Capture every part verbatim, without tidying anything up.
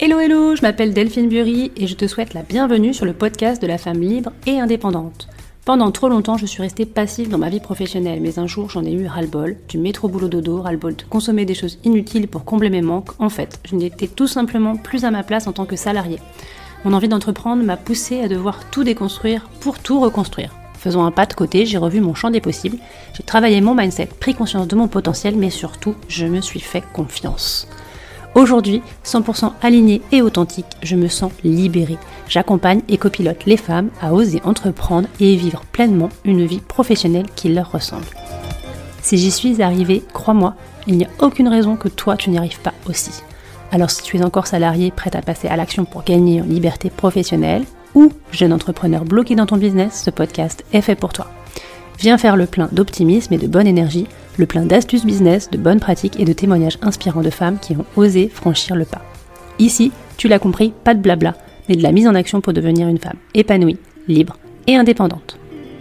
Hello hello, je m'appelle Delphine Bury et je te souhaite la bienvenue sur le podcast de la femme libre et indépendante. Pendant trop longtemps, je suis restée passive dans ma vie professionnelle, mais un jour j'en ai eu ras-le-bol, du métro boulot dodo, ras-le-bol de consommer des choses inutiles pour combler mes manques. En fait, je n'étais tout simplement plus à ma place en tant que salariée. Mon envie d'entreprendre m'a poussée à devoir tout déconstruire pour tout reconstruire. Faisant un pas de côté, j'ai revu mon champ des possibles, j'ai travaillé mon mindset, pris conscience de mon potentiel, mais surtout, je me suis fait confiance. Aujourd'hui, cent pour cent alignée et authentique, je me sens libérée. J'accompagne et copilote les femmes à oser entreprendre et vivre pleinement une vie professionnelle qui leur ressemble. Si j'y suis arrivée, crois-moi, il n'y a aucune raison que toi tu n'y arrives pas aussi. Alors si tu es encore salarié, prête à passer à l'action pour gagner en liberté professionnelle, ou jeune entrepreneur bloqué dans ton business, ce podcast est fait pour toi. Viens faire le plein d'optimisme et de bonne énergie, le plein d'astuces business, de bonnes pratiques et de témoignages inspirants de femmes qui ont osé franchir le pas. Ici, tu l'as compris, pas de blabla, mais de la mise en action pour devenir une femme épanouie, libre et indépendante.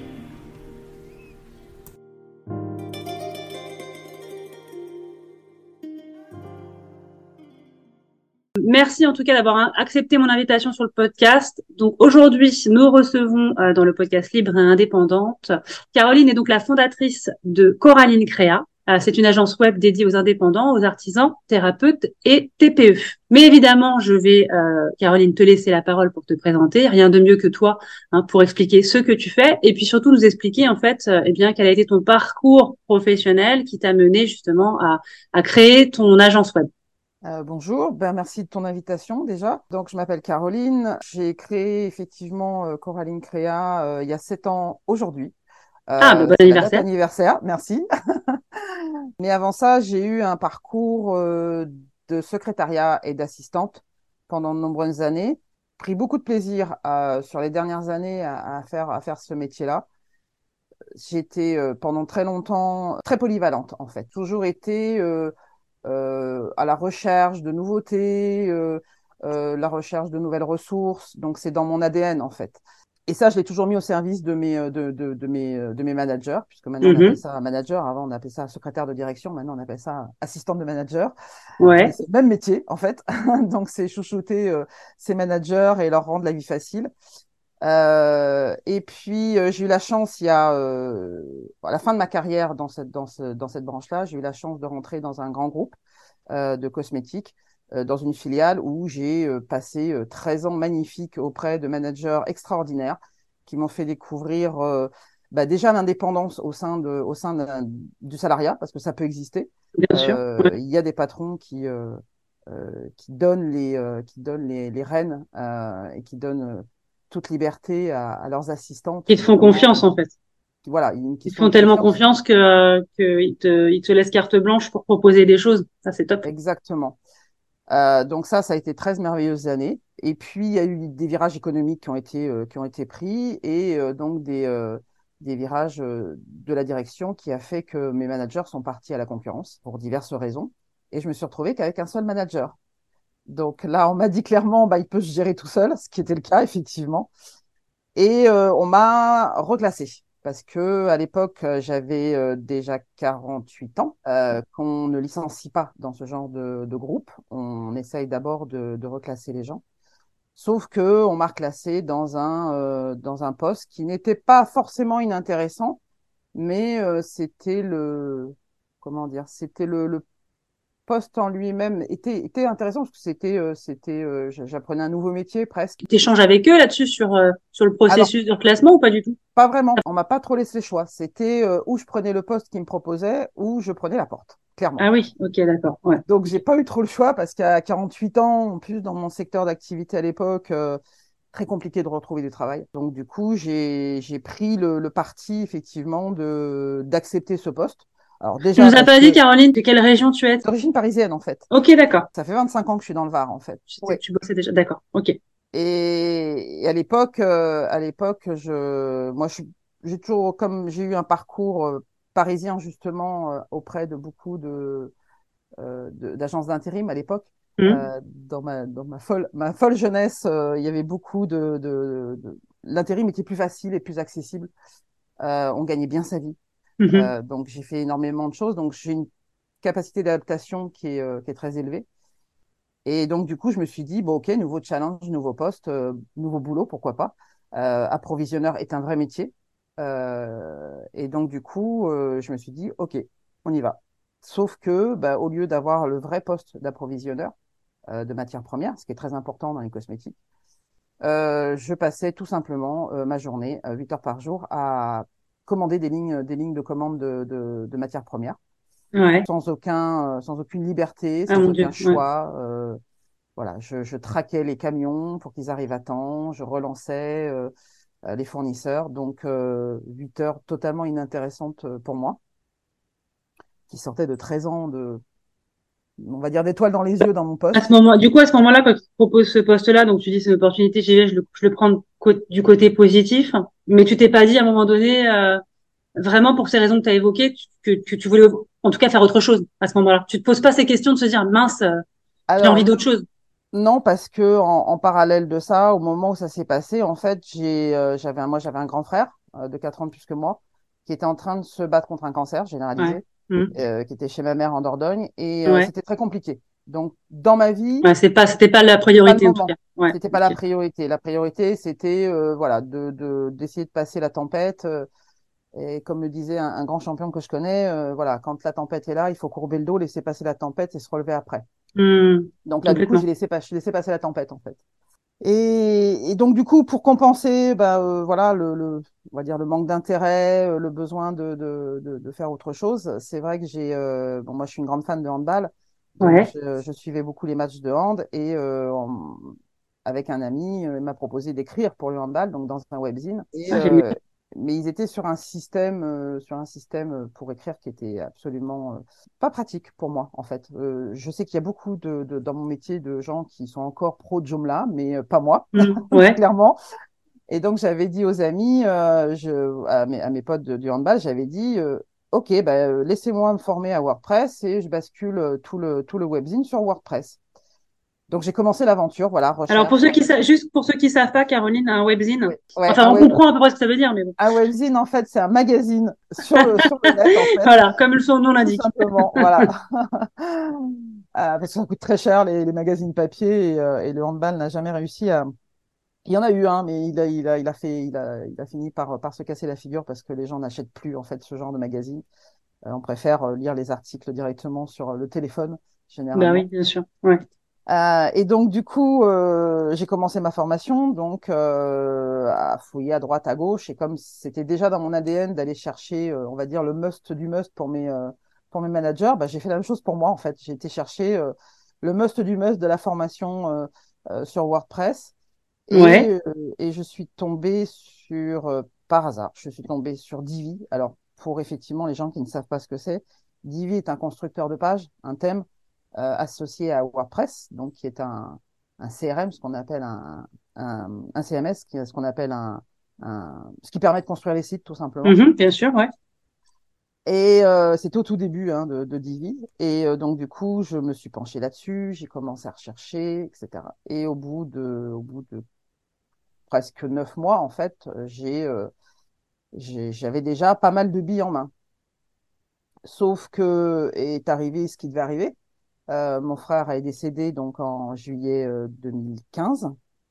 Merci en tout cas d'avoir accepté mon invitation sur le podcast. Donc aujourd'hui, nous recevons euh, dans le podcast Libre et Indépendante Caroline est donc la fondatrice de Coraline Créa. Euh, c'est une agence web dédiée aux indépendants, aux artisans, thérapeutes et T P E. Mais évidemment, je vais, euh, Caroline, te laisser la parole pour te présenter. Rien de mieux que toi hein, pour expliquer ce que tu fais et puis surtout nous expliquer en fait, euh, eh bien, quel a été ton parcours professionnel qui t'a mené justement à, à créer ton agence web. Euh, bonjour, ben, merci de ton invitation déjà. Donc je m'appelle Caroline, j'ai créé effectivement euh, Coraline Créa euh, il y a sept ans aujourd'hui. Ah, bah, Euh, bon c'est ma date anniversaire. anniversaire, merci. Mais avant ça, j'ai eu un parcours euh, de secrétariat et d'assistante pendant de nombreuses années. Pris beaucoup de plaisir euh, sur les dernières années à, à faire, à faire ce métier-là. J'ai été euh, pendant très longtemps très polyvalente en fait. Toujours été euh, euh, à la recherche de nouveautés, euh, euh, la recherche de nouvelles ressources. Donc, c'est dans mon A D N, en fait. Et ça, je l'ai toujours mis au service de mes, de, de, de mes, de mes managers, puisque maintenant, on appelle Mm-hmm. ça manager. Avant, on appelait ça secrétaire de direction. Maintenant, on appelle ça assistante de manager. Mais Ouais. c'est le même métier, en fait. Donc, c'est chouchouter euh, ces managers et leur rendre la vie facile. Euh, et puis, euh, j'ai eu la chance, il y a, euh, à la fin de ma carrière dans cette, dans ce, dans cette branche-là, j'ai eu la chance de rentrer dans un grand groupe euh, de cosmétiques, euh, dans une filiale où j'ai euh, passé euh, treize ans magnifiques auprès de managers extraordinaires qui m'ont fait découvrir euh, bah, déjà l'indépendance au sein, de, au sein de, du salariat, parce que ça peut exister. Bien sûr. Euh, Ouais. il y a des patrons qui, euh, euh, qui donnent les, euh, qui donnent les, les rênes euh, et qui donnent euh, toute liberté à, à leurs assistantes Ils te de font comment, confiance, en fait. qui, voilà, une Ils te question font de tellement confiance. confiance que, euh, que ils te, ils te laissent carte blanche pour proposer des choses. Ça, c'est top. Exactement. Euh, donc ça, ça a été treize merveilleuses années. Et puis, il y a eu des virages économiques qui ont été, euh, qui ont été pris et euh, donc des, euh, des virages euh, de la direction qui a fait que mes managers sont partis à la concurrence pour diverses raisons. Et je me suis retrouvée qu'avec un seul manager. Donc là, on m'a dit clairement, bah, il peut se gérer tout seul, ce qui était le cas, effectivement. Et euh, on m'a reclassée parce que à l'époque, euh, j'avais euh, déjà quarante-huit ans, euh, qu'on ne licencie pas dans ce genre de, de groupe. On essaye d'abord de, de reclasser les gens. Sauf que on m'a reclassé dans un, euh, dans un poste qui n'était pas forcément inintéressant, mais euh, c'était le, comment dire, c'était le, le poste en lui-même était, était intéressant parce que c'était, euh, c'était, euh, j'apprenais un nouveau métier presque. Tu échanges avec eux là-dessus sur, euh, sur le Alors, processus de reclassement ou pas du tout? pas vraiment. On m'a pas trop laissé le choix. C'était euh, où je prenais le poste qu'ils me proposaient ou je prenais la porte, clairement. Ah oui, ok, d'accord. Ouais. Donc, j'ai pas eu trop le choix parce qu'à quarante-huit ans, en plus, dans mon secteur d'activité à l'époque, euh, très compliqué de retrouver du travail. Donc, du coup, j'ai, j'ai pris le, le parti, effectivement, de, d'accepter ce poste. Alors, Tu déjà, nous as parce pas dit, que Caroline, de quelle région tu es? d'origine parisienne, en fait. Ok, d'accord. Ça fait vingt-cinq ans que je suis dans le Var, en fait. Je sais Oui. que tu bossais déjà. D'accord. Ok. Et, et à l'époque, euh, à l'époque, je, moi, je, j'ai toujours, comme j'ai eu un parcours euh, parisien justement euh, auprès de beaucoup de, euh, de- d'agences d'intérim à l'époque. Hum. Euh, dans ma, dans ma folle, ma folle jeunesse, euh, il y avait beaucoup de, de, de- l'intérim était plus facile et plus accessible. Euh, on gagnait bien sa vie. Mhm. Euh, donc j'ai fait énormément de choses. Donc j'ai une capacité d'adaptation qui est, euh, qui est très élevée. Et donc, du coup, je me suis dit, bon, OK, nouveau challenge, nouveau poste, euh, nouveau boulot, pourquoi pas. Euh, approvisionneur est un vrai métier. Euh, et donc, du coup, euh, je me suis dit, OK, on y va. Sauf que, bah, au lieu d'avoir le vrai poste d'approvisionneur euh, de matières premières, ce qui est très important dans les cosmétiques, euh, je passais tout simplement euh, ma journée, euh, huit heures par jour, à commander des lignes, des lignes de commande de, de, de matières premières, Ouais. sans aucun, euh, sans aucune liberté, Ah sans mon aucun Dieu, ouais. choix. Euh, voilà, je, je traquais les camions pour qu'ils arrivent à temps, je relançais euh, euh, les fournisseurs. Donc, euh, huit heures totalement inintéressantes euh, pour moi, qui sortais de treize ans de, on va dire, d'étoiles dans les yeux dans mon À ce poste. moment, du coup, à ce moment-là, quand tu te proposes ce poste-là, donc tu dis c'est une opportunité, j'y vais, je le, je le prends de cô- du côté positif, mais tu t'es pas dit à un moment donné, euh, vraiment pour ces raisons que tu as évoquées, que, que tu voulais en tout cas faire autre chose à ce moment-là. Tu te poses pas ces questions de se dire mince, euh, j'ai Alors, envie d'autre chose. non, parce que en, en parallèle de ça, au moment où ça s'est passé, en fait, j'ai, euh, j'avais un, moi, j'avais un grand frère euh, de quatre ans de plus que moi, qui était en train de se battre contre un cancer Ouais. généralisé, Mhm. euh, qui était chez ma mère en Dordogne, et euh, Ouais. c'était très compliqué. Donc, dans ma vie, Ouais, c'est pas, c'était pas la pas le priorité en tout cas. moment. Ouais. C'était pas la Ok. priorité. La priorité, c'était euh, voilà, de, de, d'essayer de passer la tempête. euh, et comme le disait un, un grand champion que je connais, euh, voilà, quand la tempête est là, il faut courber le dos, laisser passer la tempête et se relever après. Hmm. Donc là, du coup, j'ai Complètement. laissé, pas, j'ai laissé passer la tempête, en fait. Et, et donc, du coup, pour compenser, bah, euh, voilà, le, le, on va dire le manque d'intérêt, euh, le besoin de, de, de, de faire autre chose, c'est vrai que j'ai, euh, bon, moi, je suis une grande fan de handball, donc Ouais. je, je suivais beaucoup les matchs de hand et euh, en- avec un ami, euh, il m'a proposé d'écrire pour le handball, donc dans un webzine. Et, Ah, génial. euh, mais ils étaient sur un système, euh, sur un système euh, pour écrire qui était absolument euh, pas pratique pour moi, en fait. Euh, je sais qu'il y a beaucoup de, de- dans mon métier de gens qui sont encore pro de Joomla, mais euh, pas moi, Hmm. Ouais. clairement. Et donc, j'avais dit aux amis, euh, je, à, mes, à mes potes de- du handball, j'avais dit, euh, OK, bah, euh, laissez-moi me former à WordPress et je bascule euh, tout le, tout le webzine sur WordPress. Donc, j'ai commencé l'aventure, voilà, Alors pour recherche. ceux qui sa- juste pour ceux qui savent pas, Caroline, un webzine. Ouais, ouais, Enfin, un, on web, comprend à peu près ce que ça veut dire, mais bon. un webzine, en fait, c'est un magazine sur le, sur le net, en fait, Voilà, comme son nom tout l'indique. simplement, voilà. Euh, parce que ça coûte très cher, les, les magazines papier, et, euh, et le handball n'a jamais réussi à. Il y en a eu un, mais il a, il a, il a fait, il a, il a fini par, par se casser la figure parce que les gens n'achètent plus en fait ce genre de magazine. Euh, on préfère euh, lire les articles directement sur euh, le téléphone Bah oui, généralement. bien sûr. Ouais. Euh, et donc du coup, euh, j'ai commencé ma formation donc euh, à fouiller à droite, à gauche. Et comme c'était déjà dans mon A D N d'aller chercher, euh, on va dire le must du must pour mes euh, pour mes managers, bah, j'ai fait la même chose pour moi en fait. J'ai été chercher euh, le must du must de la formation euh, euh, sur WordPress. Ouais. Et, euh, et je suis tombée sur, euh, par hasard, je suis tombée sur Divi. Alors, pour effectivement les gens qui ne savent pas ce que c'est, Divi est un constructeur de pages, un thème euh, associé à WordPress, donc qui est un, un C R M, ce qu'on appelle un, un, un C M S, qui est ce qu'on appelle un, un, ce qui permet de construire les sites tout simplement. Mhm, bien sûr, ouais. Et euh, c'était au tout début hein, de, de Divi. Et euh, donc, du coup, je me suis penchée là-dessus, j'ai commencé à rechercher, et cetera. Et au bout de, au bout de presque neuf mois, en fait, euh, j'ai, euh, j'ai- j'avais déjà pas mal de billes en main. Sauf que est arrivé ce qui devait arriver. Euh, mon frère est décédé donc en juillet euh, deux mille quinze.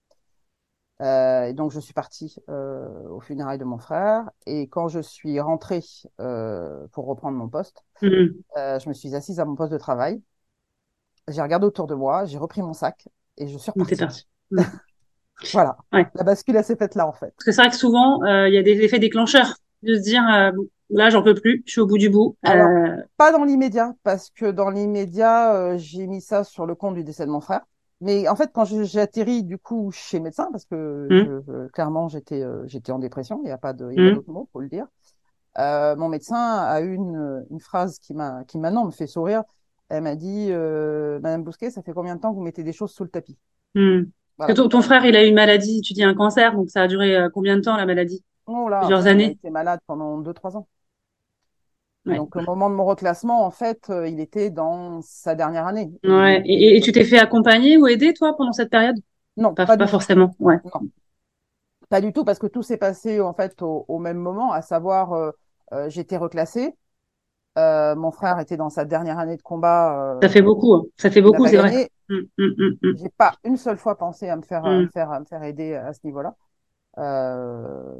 Euh, et donc, je suis partie euh, aux funérailles de mon frère. Et quand je suis rentrée euh, pour reprendre mon poste, Mhm. euh, je me suis assise à mon poste de travail. J'ai regardé autour de moi, j'ai repris mon sac et je suis Donc t'es repartie. parti. Mhm. Voilà. Ouais. La bascule, elle s'est faite là, en fait. Parce que c'est vrai que souvent, euh, il y a des effets déclencheurs de se dire, euh, bon, là, j'en peux plus, je suis au bout du bout. Alors, Euh, pas dans l'immédiat, parce que dans l'immédiat, euh, j'ai mis ça sur le compte du décès de mon frère. Mais en fait, quand je- j'ai atterri du coup chez médecin, parce que hum, je, je- clairement j'étais euh, j'étais en dépression, il n'y a pas de, il y a pas hum, d'autre mot, faut le dire. Euh, mon médecin a eu une, une phrase qui m'a qui maintenant me fait sourire. Elle m'a dit, euh, Madame Bousquet, ça fait combien de temps que vous mettez des choses sous le tapis? hum. Parce Voilà. que ton, ton frère, il a eu une maladie, tu dis un cancer, donc ça a duré euh, combien de temps la maladie? Oh là, Plusieurs pff, il a années? été malade pendant deux, trois ans. Ouais. Donc au moment de mon reclassement, en fait, euh, il était dans sa dernière année. Et il Ouais. était Et, et euh, tu t'es fait accompagner ou aider, toi, pendant cette période? non, Pas, pas pas du tout. forcément, ouais. Non. Pas du tout, parce que tout s'est passé en fait au, au même moment, à savoir, euh, euh, j'étais reclassée, Euh, mon frère était dans sa dernière année de combat, Ça euh, fait beaucoup, hein. Ça fait il n'a beaucoup, pas c'est vrai. gagné. Mm, mm, mm, J'ai pas une seule fois pensé à me faire, à me mm, faire, à me faire aider à ce niveau-là. Euh,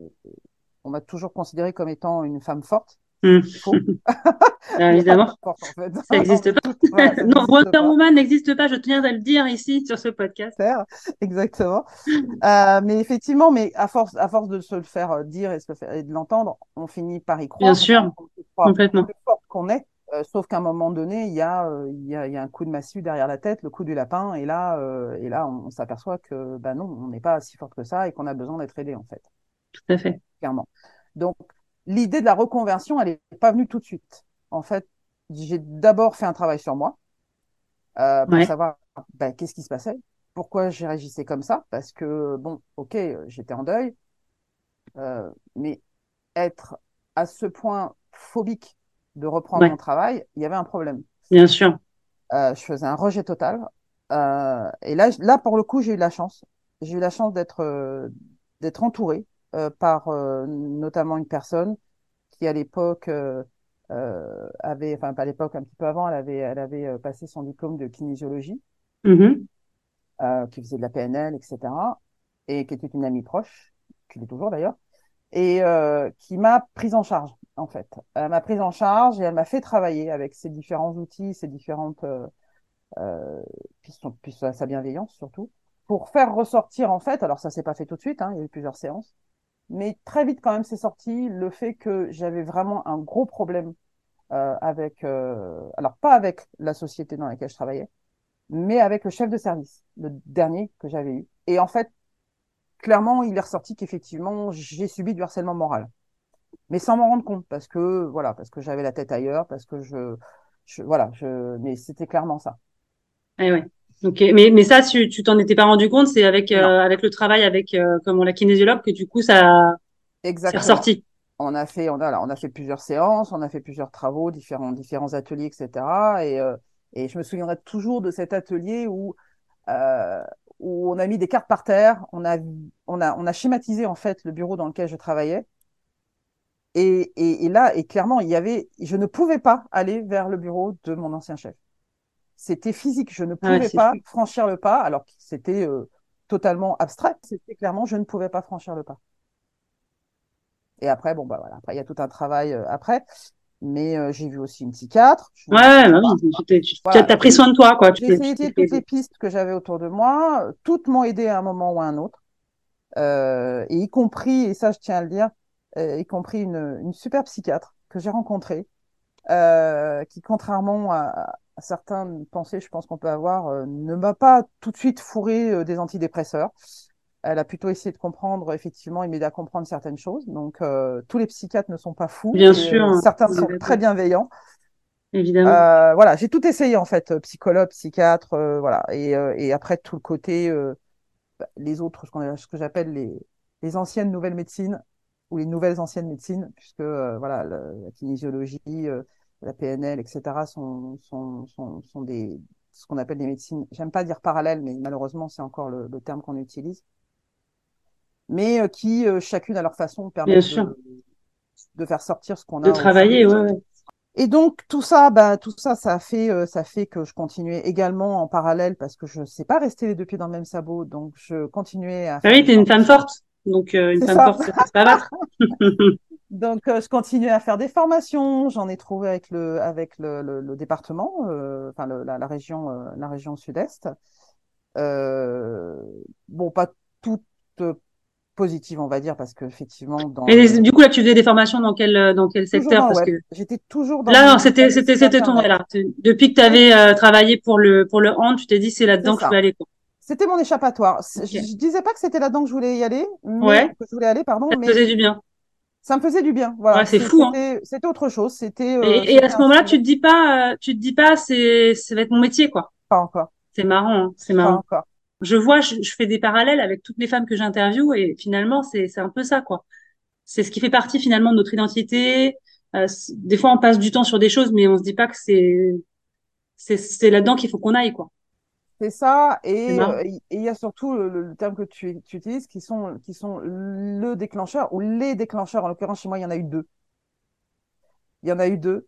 on m'a toujours considérée comme étant une femme forte. mm, Faux. mm. Bien Il n'y a pas de évidemment, femme forte en fait. ça On n'existe est pas. toutes, voilà, ça Non, n'existe Wonder pas. Woman n'existe pas, je tiens à le dire ici sur ce podcast. Terre, exactement. Euh, mais effectivement, mais à force, à force de se le faire euh, dire et, se le faire- et de l'entendre, on finit par y Bien croire. On sûr, se croit complètement. plus forte qu'on est. Euh, sauf qu'à un moment donné, il y a, euh, il y a, il y a un coup de massue derrière la tête, le coup du lapin, et là, euh, et là, on, on s'aperçoit que bah non, on n'est pas si forte que ça et qu'on a besoin d'être aidé en fait, Tout à fait. clairement. Donc, l'idée de la reconversion, elle n'est pas venue tout de suite. En fait, j'ai d'abord fait un travail sur moi euh, pour Ouais, savoir ben, qu'est-ce qui se passait, pourquoi j'ai réagissais comme ça, parce que, bon, ok, euh, j'étais en deuil, euh, mais être à ce point phobique de reprendre ouais, mon travail, il y avait un problème. bien sûr. Euh, je faisais un rejet total. Euh, et là, là, pour le coup, j'ai eu la chance. J'ai eu la chance d'être euh, d'être entourée euh, par euh, notamment une personne qui, à l'époque, euh, euh, avait, enfin, pas à l'époque, un petit peu avant, elle avait, elle avait euh, passé son diplôme de kinésiologie Mhm. euh, qui faisait de la P N L, et cetera, et qui était une amie proche, qui l'est toujours d'ailleurs, et euh, qui m'a prise en charge, en fait. Elle m'a prise en charge et elle m'a fait travailler avec ces différents outils, ces différentes, euh, euh, puis, son, puis sa, sa bienveillance surtout, pour faire ressortir, en fait, alors ça s'est pas fait tout de suite, hein, il y a eu plusieurs séances, mais très vite quand même c'est sorti le fait que j'avais vraiment un gros problème euh, avec, euh, alors pas avec la société dans laquelle je travaillais, mais avec le chef de service, le dernier que j'avais eu. Et en fait, clairement, il est ressorti qu'effectivement, j'ai subi du harcèlement moral. Mais sans m'en rendre compte, parce que, voilà, parce que j'avais la tête ailleurs, parce que je, je voilà, je, mais c'était clairement ça. Eh ouais. Ok, mais, mais ça, tu, tu t'en étais pas rendu compte, c'est avec, Non, euh, avec le travail avec euh, comme la kinésiologue que du coup ça c'est exactement. ressorti. On a fait, on a, là, on a fait plusieurs séances, on a fait plusieurs travaux, différents, différents ateliers, et cetera. Et, euh, et je me souviendrai toujours de cet atelier où, euh, où on a mis des cartes par terre, on a, on a, on a schématisé en fait le bureau dans lequel je travaillais. Et, et, et là, et clairement, il y avait, je ne pouvais pas aller vers le bureau de mon ancien chef. C'était physique, je ne Ah ouais, pouvais c'est pas fou. franchir le pas, alors que c'était euh, totalement abstrait. C'était clairement, je ne pouvais pas franchir le pas. Et après, bon, bah voilà, après, il y a tout un travail euh, après. Mais euh, j'ai vu aussi une psychiatre. Je- Ouais, ouais, bah voilà, oui, tu t'es- tu tu voilà, as pris j'ai soin de toi, quoi. Tu j'ai t'es, essayé tu de t'es toutes fait les pistes que j'avais autour de moi. Toutes m'ont aidé à un moment ou à un autre. Euh, et y compris, et ça je tiens à le dire, euh, y compris une, une super psychiatre que j'ai rencontrée euh, qui, contrairement à, à certaines pensées, je pense qu'on peut avoir, euh, ne m'a pas tout de suite fourré euh, des antidépresseurs. Elle a plutôt essayé de comprendre, effectivement, et m'aider à comprendre certaines choses. Donc, euh, tous les psychiatres ne sont pas fous Bien et sûr, euh, certains on est sont très d'accord. bienveillants. Évidemment. Euh, voilà, j'ai tout essayé en fait, euh, psychologue, psychiatre, euh, voilà. Et, euh, et après, tout le côté, euh, bah, les autres, ce, qu'on- ce que j'appelle les, les anciennes nouvelles médecines ou les nouvelles anciennes médecines, puisque euh, voilà, le- la kinésiologie, euh, la P N L, et cetera, sont, sont, sont, sont des, ce qu'on appelle des médecines, j'aime pas dire parallèles, mais malheureusement, c'est encore le, le terme qu'on utilise, mais euh, qui, euh, chacune à leur façon, Bien permettent sûr. de, de faire sortir ce qu'on De a au fond de travailler, nous. ouais, ouais. Et donc, tout ça, bah, tout ça, ça a fait, euh, ça fait que je continuais également en parallèle parce que je ne sais pas rester les deux pieds dans le même sabot. Donc, je continuais à Ah faire oui, des t'es une femme formations. forte. Donc, euh, une C'est femme ça. forte, ça peut se pas battre. Donc, euh, je continuais à faire des formations. J'en ai trouvé avec le, avec le, le, le département, euh, enfin le- la, la région, euh, la région sud-est. Euh, bon, pas toutes euh, positives, on va dire, parce qu'effectivement, dans Et les- le, du coup, là, tu faisais des formations dans quel, euh, dans quel toujours secteur? dans le Parce web. que J'étais toujours dans là, non, le, dans c'était, le c'était, site c'était ton, internet. voilà. Tu- Depuis que tu C'est avais travaillé pour le, pour le hand, tu t'es dit, c'est c'est là-dedans que je veux ça. aller, quoi. C'était mon échappatoire. Je, Ok. je disais pas que c'était là-dedans que je voulais y aller, mais Ouais, que je voulais aller, pardon, ça te mais faisait du bien. ça me faisait du bien. Ouais, Voilà, c'est C'est- fou, hein. c'était c'était autre chose. C'était euh, Et, et à c'était ce un moment-là, tu sujet. te dis pas, euh, tu te dis pas, c'est, ça va être mon métier, quoi. Pas encore, C'est marrant, hein, c'est pas marrant. encore. Je vois, je, je fais des parallèles avec toutes les femmes que j'interviewe et finalement, c'est, c'est un peu ça, quoi. C'est ce qui fait partie finalement de notre identité. Euh, c- des fois, on passe du temps sur des choses, mais on se dit pas que c'est, c'est, c'est là-dedans qu'il faut qu'on aille, quoi. C'est ça. C'est Et marrant. euh, et il y a surtout le, le terme que tu, tu utilises qui sont qui sont le déclencheur ou les déclencheurs. En l'occurrence, chez moi, il y en a eu deux. Il y en a eu deux.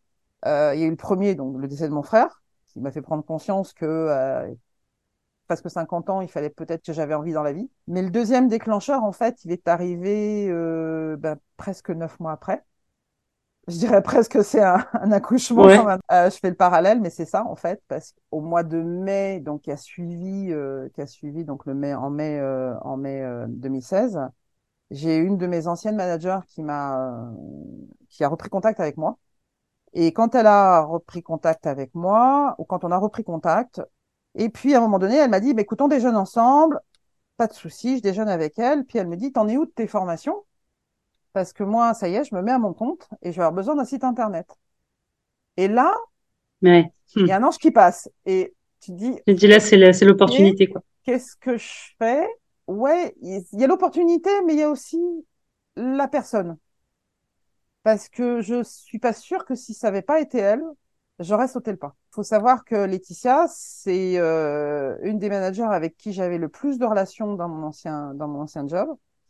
Euh, il y a eu le premier, donc le décès de mon frère, qui m'a fait prendre conscience que euh, presque cinquante ans, il fallait peut-être que j'avais envie dans la vie. Mais le deuxième déclencheur, en fait, il est arrivé euh, ben, presque neuf mois après. Je dirais presque que c'est un, un accouchement quand Ouais. même. Euh, je fais le parallèle, mais c'est ça en fait, parce qu'au mois de mai, donc qui a suivi, euh, qui a suivi donc le mai en mai euh, en mai euh, deux mille seize, j'ai une de mes anciennes managers qui m'a euh, qui a repris contact avec moi. Et quand elle a repris contact avec moi, ou quand on a repris contact, et puis à un moment donné, elle m'a dit, bah, écoute, on déjeune ensemble, pas de souci, je déjeune avec elle. Puis elle me dit, t'en es où de tes formations? Parce que moi, ça y est, je me mets à mon compte et je vais avoir besoin d'un site internet. Et là, Ouais. il y a Hmm. un ange qui passe. Et tu te dis, Je dis là, c'est la- c'est OK, l'opportunité, quoi. qu'est-ce que je fais? Ouais, il y a l'opportunité, mais il y a aussi la personne. Parce que je suis pas sûre que si ça n'avait pas été elle, j'aurais sauté le pas. Il faut savoir que Laetitia, c'est euh, une des managers avec qui j'avais le plus de relations dans mon ancien, dans mon ancien job.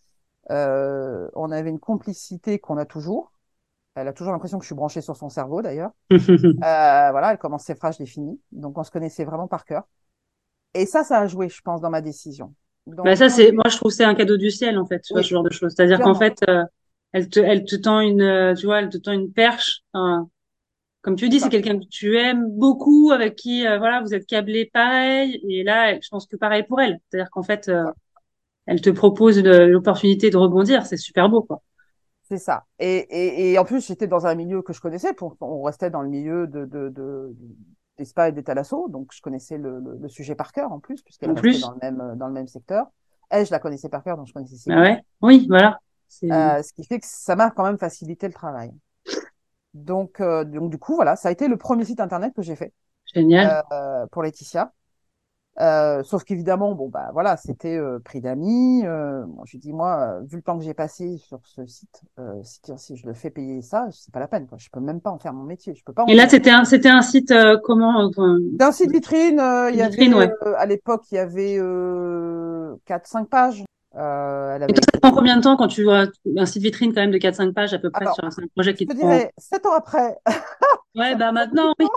Euh, on avait une complicité qu'on a toujours. Elle a toujours l'impression que je suis branchée sur son cerveau, d'ailleurs. Euh, voilà, elle commence ses phrases, je les finis. Donc, on se connaissait vraiment par cœur. Et ça, ça a joué, je pense, dans ma décision. Bah Donc, ça, quand c'est, j'ai... moi, je trouve que c'est un cadeau du ciel, en fait, tu vois, ce Oui, genre de choses. C'est-à-dire qu'en clairement, fait, euh, elle te, elle te tend une, euh, tu vois, elle te tend une perche. Enfin, comme tu c'est dis, c'est ça. quelqu'un que tu aimes beaucoup, avec qui, euh, voilà, vous êtes câblés pareil. Et là, elle- je pense que pareil pour elle. C'est-à-dire qu'en fait, C'est euh, ça. elle te propose le- l'opportunité de rebondir. C'est super beau, quoi. C'est ça. Et, et, et en plus, j'étais dans un milieu que je connaissais. Pour, on restait dans le milieu de, de, de, des spas et des thalassos. Donc, je connaissais le, le, le sujet par cœur, en plus, puisqu'elle En restait dans plus, le même, dans le même secteur. Elle, je la connaissais par cœur, donc je connaissais ses bah goûts. ouais, oui, voilà. C'est Euh, ce qui fait que ça m'a quand même facilité le travail. Donc, euh, donc, du coup, voilà, ça a été le premier site internet que j'ai fait génial. euh, pour Laetitia. Euh, sauf qu'évidemment, bon, bah voilà, c'était euh, prix d'amis. Euh, bon, j'ai dit, moi, euh, vu le temps que j'ai passé sur ce site, euh, si, si je le fais payer ça, c'est pas la peine, quoi. Je peux même pas en faire mon métier. Je peux pas en Et là, vivre. c'était un, c'était un site, euh, comment, euh, enfin, C'était un site vitrine. Euh, il une y vitrine, avait, ouais. euh, à l'époque, il y avait euh, quatre cinq pages. Euh, elle Et avait toi, ça été. prend combien de temps quand tu vois un site vitrine quand même de quatre cinq pages à peu près Alors, sur un c'est un projet qui je te te prend. dirais, sept ans après, Ouais, ça bah prend beaucoup de maintenant, oui. temps.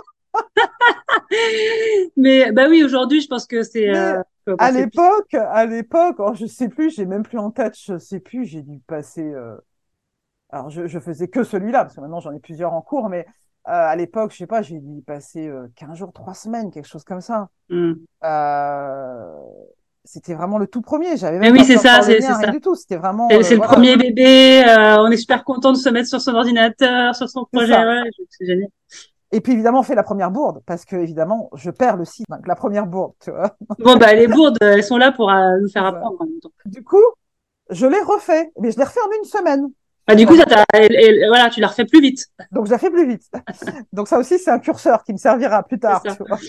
Mais bah oui, aujourd'hui, je pense que c'est Mais euh, bon, à c'est plus. l'époque, à l'époque, oh, je sais plus, j'ai même plus en tête, je sais plus, j'ai dû passer. euh, Alors, je, je faisais que celui-là, parce que maintenant j'en ai plusieurs en cours, mais euh, à l'époque, je sais pas, j'ai dû y passer euh, quinze jours, trois semaines, quelque chose comme ça. Hmm. Euh, C'était vraiment le tout premier, j'avais Mais même oui, pas c'est fait ça, encore le c'est c'est lien, rien ça. du tout. C'était vraiment, C'est euh, c'est le voilà, premier bébé. Euh, on est super content de se mettre sur son ordinateur, sur son c'est projet. ça. Ouais, c'est génial. Et puis évidemment, on fait la première bourde, parce que évidemment, je perds le site, donc la première bourde, tu vois. Bon, bah les bourdes, elles sont là pour euh, nous faire C'est ça. apprendre en même temps. Du coup, je l'ai refait, mais je l'ai refait en une semaine. Bah, du coup, ça C'est-à-dire, t'a, elle- elle- voilà, tu la refais plus vite. donc je la fais plus vite. Donc ça aussi, c'est un curseur qui me servira plus C'est tard, ça. tu vois.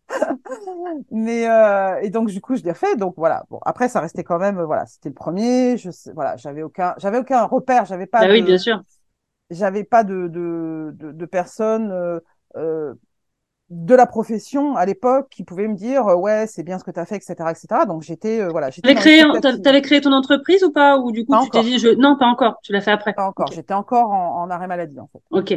Mais euh, et donc du coup je l'ai refait. Donc voilà. Bon après ça restait quand même euh, voilà c'était le premier. Je sais- voilà j'avais aucun j'avais aucun repère. J'avais pas Bah oui, de bien sûr. j'avais pas de de, de, de personnes euh, euh, de la profession à l'époque qui pouvaient me dire euh, ouais c'est bien ce que tu as fait etc etc. Donc j'étais euh, voilà j'étais T'avais dans créé, t'a- l'expectative. t'avais créé ton entreprise ou pas? Ou du coup, Pas tu t'es encore dit, je... non, pas encore. Tu l'as fait après. pas encore. Ok. J'étais encore en, en arrêt maladie en fait. Ok.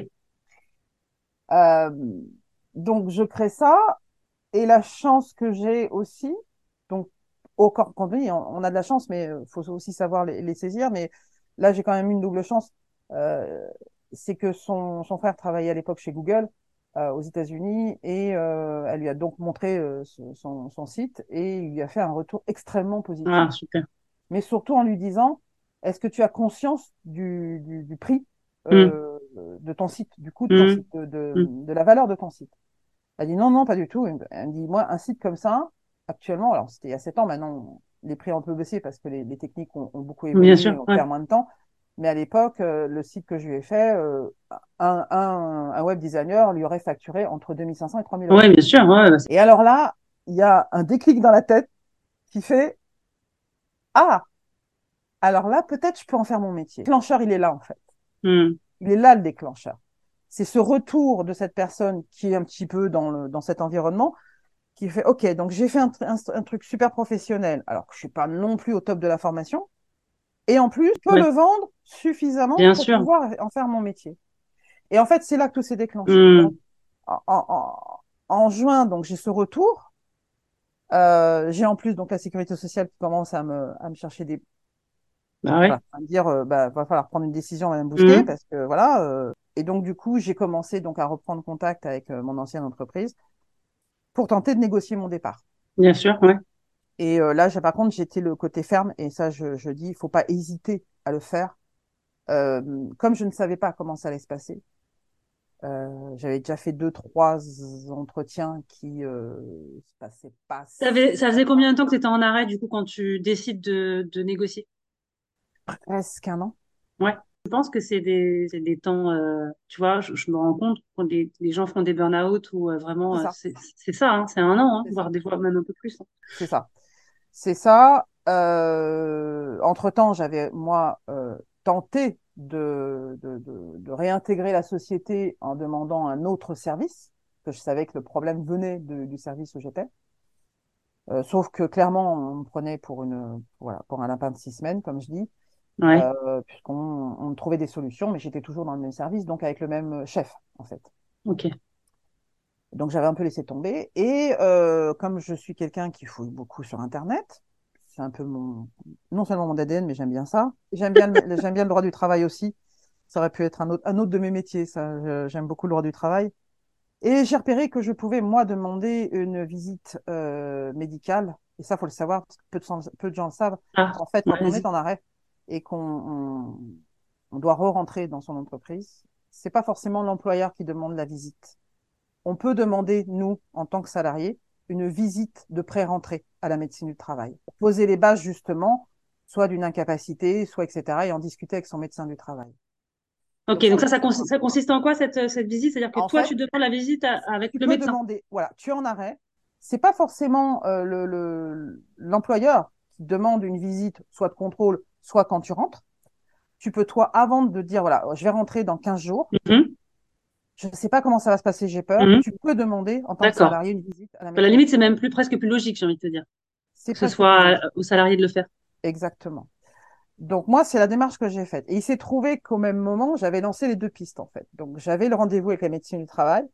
Euh, donc je crée ça. Et la chance que j'ai aussi, donc au corps conduit, on, on a de la chance, mais il faut aussi savoir les, les saisir. Mais là, j'ai quand même eu une double chance. Euh, c'est que son, son frère travaillait à l'époque chez Google euh, aux États-Unis et euh, elle lui a donc montré euh, ce- son, son site et il lui a fait un retour extrêmement positif. Ah, super. Mais surtout en lui disant, est-ce que tu as conscience du, du, du prix Hmm. euh, de ton site, du coût de ton Hmm. site, de, de, Hmm. de la valeur de ton site? Elle dit non, non, pas du tout. Elle me dit, moi, un site comme ça, actuellement, alors c'était il y a sept ans, maintenant, les prix ont un peu baissé parce que les, les techniques ont, ont beaucoup Bien évolué sûr. et on Ouais. perd moins de temps. Mais à l'époque, euh, le site que je lui ai fait, euh, un, un, un web designer lui aurait facturé entre deux mille cinq cents et trois mille Ouais, euros. bien sûr. Ouais, bah, c'est- Et alors là, il y a un déclic dans la tête qui fait, ah, alors là, peut-être je peux en faire mon métier. Le déclencheur, il est là, en fait. hmm. Il est là, le déclencheur. C'est ce retour de cette personne qui est un petit peu dans, le, dans cet environnement qui fait, OK, donc j'ai fait un, un, un, truc super professionnel, alors que je ne suis pas non plus au top de la formation, et en plus, je peux Ouais, le vendre suffisamment bien pour sûr. pouvoir en faire mon métier. Et en fait, c'est là que tout s'est déclenché. Hmm. Donc, en, en, en juin, donc j'ai ce retour. Euh, j'ai en plus donc la sécurité sociale qui commence à me, à me chercher des, Bah ouais. voilà, à me dire, euh, bah, va falloir prendre une décision, Madame Bousquet, Mhm. parce que voilà. Euh, et donc du coup, j'ai commencé donc à reprendre contact avec euh, mon ancienne entreprise pour tenter de négocier mon départ. Bien sûr, ouais. Et euh, là, j'ai- par contre, j'étais le côté ferme, et ça, je, je dis, il faut pas hésiter à le faire. Euh, comme je ne savais pas comment ça allait se passer, euh, j'avais déjà fait deux, trois entretiens qui euh, se passaient pas Ça fait- ça faisait super bien. combien de temps que tu étais en arrêt, du coup, quand tu décides de, de négocier? Presque un an. Ouais. Je pense que c'est des, c'est des temps, euh, tu vois, je, je me rends compte quand des, les gens font des burn-out ou euh, C'est vraiment, euh, ça, c'est c'est ça, hein, c'est un an, hein, c'est voire ça, des fois même un peu plus, hein. c'est ça. C'est ça. Euh, entre-temps, j'avais, moi, euh, tenté de, de, de, de réintégrer la société en demandant un autre service, parce que je savais que le problème venait de- du service où j'étais. Euh, sauf que clairement, on me prenait pour une, voilà, pour un lapin de six semaines, comme je dis, Ouais, euh, puisqu'on on me trouvait des solutions, mais j'étais toujours dans le même service, donc avec le même chef, en fait. ok. Donc j'avais un peu laissé tomber. Et euh, comme je suis quelqu'un qui fouille beaucoup sur Internet, c'est un peu mon, non seulement mon A D N, mais j'aime bien ça. J'aime bien le, j'aime bien le droit du travail aussi. Ça aurait pu être un autre, un autre de mes métiers, ça. Je- J'aime beaucoup le droit du travail. Et j'ai repéré que je pouvais, moi, demander une visite euh, médicale. Et ça, faut le savoir, parce que peu de, gens- peu de gens le savent. Ah, En fait, ouais, quand on est vas-y. en arrêt et qu'on on, on doit re-rentrer dans son entreprise, c'est pas forcément l'employeur qui demande la visite. On peut demander, nous, en tant que salariés, une visite de pré-rentrée à la médecine du travail. Poser les bases, justement, soit d'une incapacité, soit et cetera, et en discuter avec son médecin du travail. Ok, Donc ça, donc ça, faut ça, le consiste, savoir. ça consiste en quoi cette, cette visite? C'est-à-dire que En toi, fait, tu demandes la visite à- avec tu le peux médecin. demander, voilà, tu es en arrêt. C'est pas forcément euh, le, le- l'employeur qui demande une visite, soit de contrôle, soit quand tu rentres. Tu peux, toi, avant de dire, voilà, je vais rentrer dans quinze jours, Mhm, je ne sais pas comment ça va se passer, j'ai peur, mhm. tu peux demander, en tant que D'accord. salarié, une visite à la À la médecine du limite, c'est travail. même plus presque plus logique, j'ai envie de te dire, C'est que ce presque plus soit logique. aux salariés de le faire. Exactement. Donc moi, c'est la démarche que j'ai faite. Et il s'est trouvé qu'au même moment, j'avais lancé les deux pistes, en fait. Donc j'avais le rendez-vous avec la médecine du travail.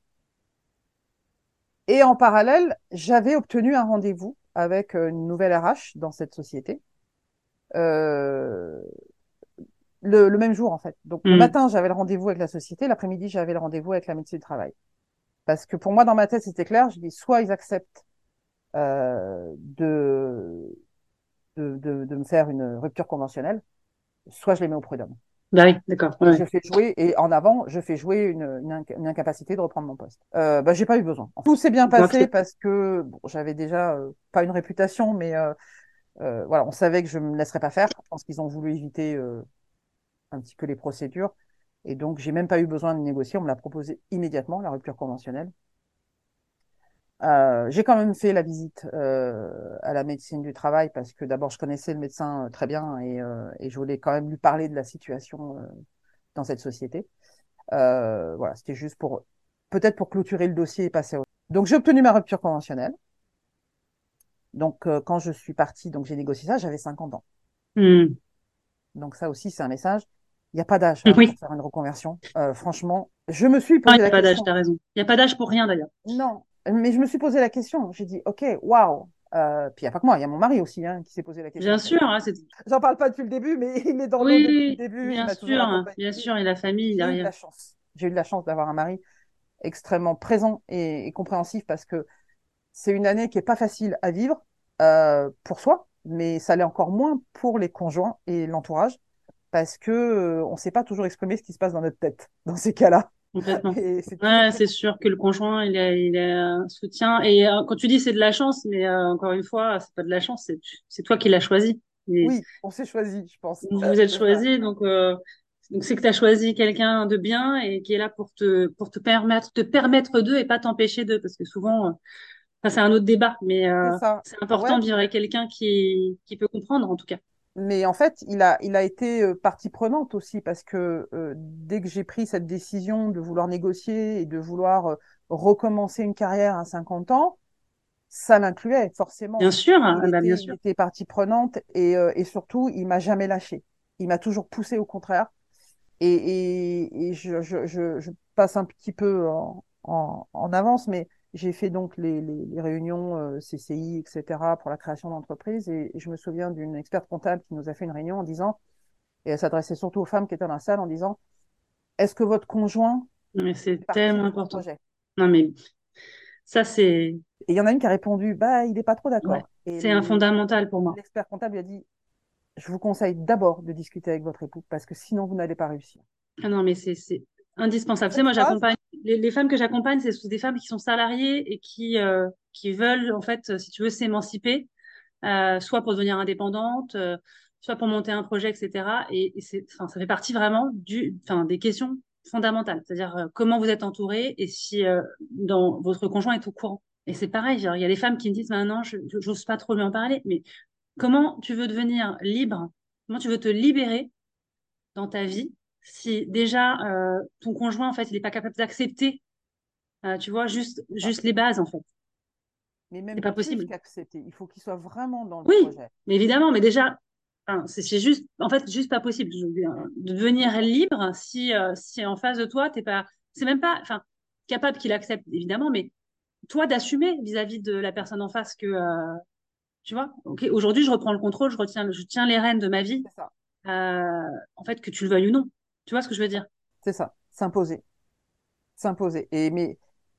Et en parallèle, j'avais obtenu un rendez-vous avec euh, une nouvelle R H dans cette société, euh, le, le même jour, en fait. Donc le Mhm. matin, j'avais le rendez-vous avec la société. L'après-midi, j'avais le rendez-vous avec la médecine du travail. Parce que pour moi, dans ma tête, c'était clair. Je dis, soit ils acceptent euh, de, de, de, de me faire une rupture conventionnelle, soit je les mets au prud'homme. Bah oui, d'accord. Et Ouais. je fais jouer, et en avant, je fais jouer une, une, inc- une incapacité de reprendre mon poste. Euh, bah, j'ai pas eu besoin. Tout s'est bien Ils ont passé accepté. parce que bon, j'avais déjà euh, pas une réputation, mais euh, euh, voilà, on savait que je me laisserais pas faire. Je pense qu'ils ont voulu éviter euh, un petit peu les procédures. Et donc, j'ai même pas eu besoin de négocier. On me l'a proposé immédiatement, la rupture conventionnelle. Euh, j'ai quand même fait la visite euh, à la médecine du travail parce que d'abord, je connaissais le médecin euh, très bien, et, euh, et je voulais quand même lui parler de la situation euh, dans cette société. Euh, voilà, c'était juste pour peut-être pour clôturer le dossier et passer au. Donc j'ai obtenu ma rupture conventionnelle. Donc euh, quand je suis partie, donc j'ai négocié ça, j'avais cinquante ans. Mhm. Donc ça aussi c'est un message. Il n'y a pas d'âge hein, pour Oui. faire une reconversion. Euh, franchement, je me suis Non, il posé n'y a la pas d'âge, question. t'as raison. Il n'y a pas d'âge pour rien d'ailleurs. Non, mais je me suis posé la question. J'ai dit ok, waouh. Euh, puis il n'y a pas que moi, il y a mon mari aussi hein, qui s'est posé la Bien question. sûr, hein, c'est... J'en parle pas depuis le début, mais il est dans l'eau depuis le Oui, début. Il bien m'a toujours sûr, hein, accompagné. bien sûr, et la famille J'ai eu de derrière. la chance. J'ai eu de la chance d'avoir un mari extrêmement présent et, et compréhensif parce que c'est une année qui est pas facile à vivre euh, pour soi, mais ça l'est encore moins pour les conjoints et l'entourage parce que euh, on ne sait pas toujours exprimer ce qui se passe dans notre tête dans ces cas-là. Complètement. Et c'est toujours Ouais, très c'est sûr que compliqué. le conjoint, il a, il a un soutien. Et euh, quand tu dis c'est de la chance, mais euh, encore une fois, c'est pas de la chance, c'est c'est toi qui l'as choisi. Et Oui, on s'est choisi, je pense. vous vous êtes C'est ça. choisi, donc euh, donc c'est que tu as choisi quelqu'un de bien et qui est là pour te pour te permettre te permettre d'eux et pas t'empêcher d'eux, parce que souvent, euh, enfin, c'est un autre débat, mais C'est euh, ça. c'est Ouais, important de vivre avec quelqu'un qui qui peut comprendre en tout cas. mais en fait, il a, il a été euh, partie prenante aussi parce que euh, dès que j'ai pris cette décision de vouloir négocier et de vouloir euh, recommencer une carrière à cinquante ans, ça l'incluait Bien forcément. sûr, hein, Il ah bah, bien était, il sûr. était partie prenante, et, euh, et surtout, il m'a jamais lâché. Il m'a toujours poussé au contraire. Et, et, et je, je, je, je passe un petit peu en, en, en avance, mais j'ai fait donc les, les, les réunions euh, C C I, et cetera, pour la création d'entreprise. Et, et je me souviens d'une experte comptable qui nous a fait une réunion en disant, et elle s'adressait surtout aux femmes qui étaient dans la salle en disant, est-ce que votre conjoint Mais c'est fait partie tellement de votre important. projet? Non, mais ça, c'est Et il y en a une qui a répondu, bah, il n'est pas trop ouais, d'accord. Et c'est un fondamental pour moi. l'expert comptable lui a dit, je vous conseille d'abord de discuter avec votre époux parce que sinon vous n'allez pas réussir. Ah non, mais c'est c'est indispensable. Tu sais, Cette moi, phrase, j'accompagne les, les femmes que j'accompagne, c'est des femmes qui sont salariées et qui euh, qui veulent en fait, si tu veux, s'émanciper, euh, soit pour devenir indépendante, euh, soit pour monter un projet, et cetera. Et, et c'est, enfin, ça fait partie vraiment du, enfin, des questions fondamentales, c'est-à-dire euh, comment vous êtes entouré et si euh, dans, votre conjoint est au courant. Et c'est pareil, genre, il y a des femmes qui me disent maintenant, je j'ose pas trop lui en parler, mais comment tu veux devenir libre? Comment tu veux te libérer dans ta vie si déjà euh, ton conjoint en fait il n'est pas capable d'accepter, euh, tu vois, juste c'est ça. juste les bases en fait. Mais C'est même pas plus possible. qu'accepter, il faut qu'il soit vraiment dans le Oui, projet. mais évidemment, mais déjà, enfin, c'est c'est juste, en fait, juste pas possible je veux dire, de C'est devenir ça. libre si, euh, si en face de toi, t'es pas, c'est même pas, enfin, capable qu'il accepte, évidemment, mais toi d'assumer vis-à-vis de la personne en face que, euh, tu vois, ok, aujourd'hui, je reprends le contrôle, je retiens, je tiens les rênes de ma vie, C'est ça. euh, en fait, que tu le veuilles ou non. Tu vois ce que je veux C'est ça. dire? C'est ça. S'imposer. S'imposer. Et mais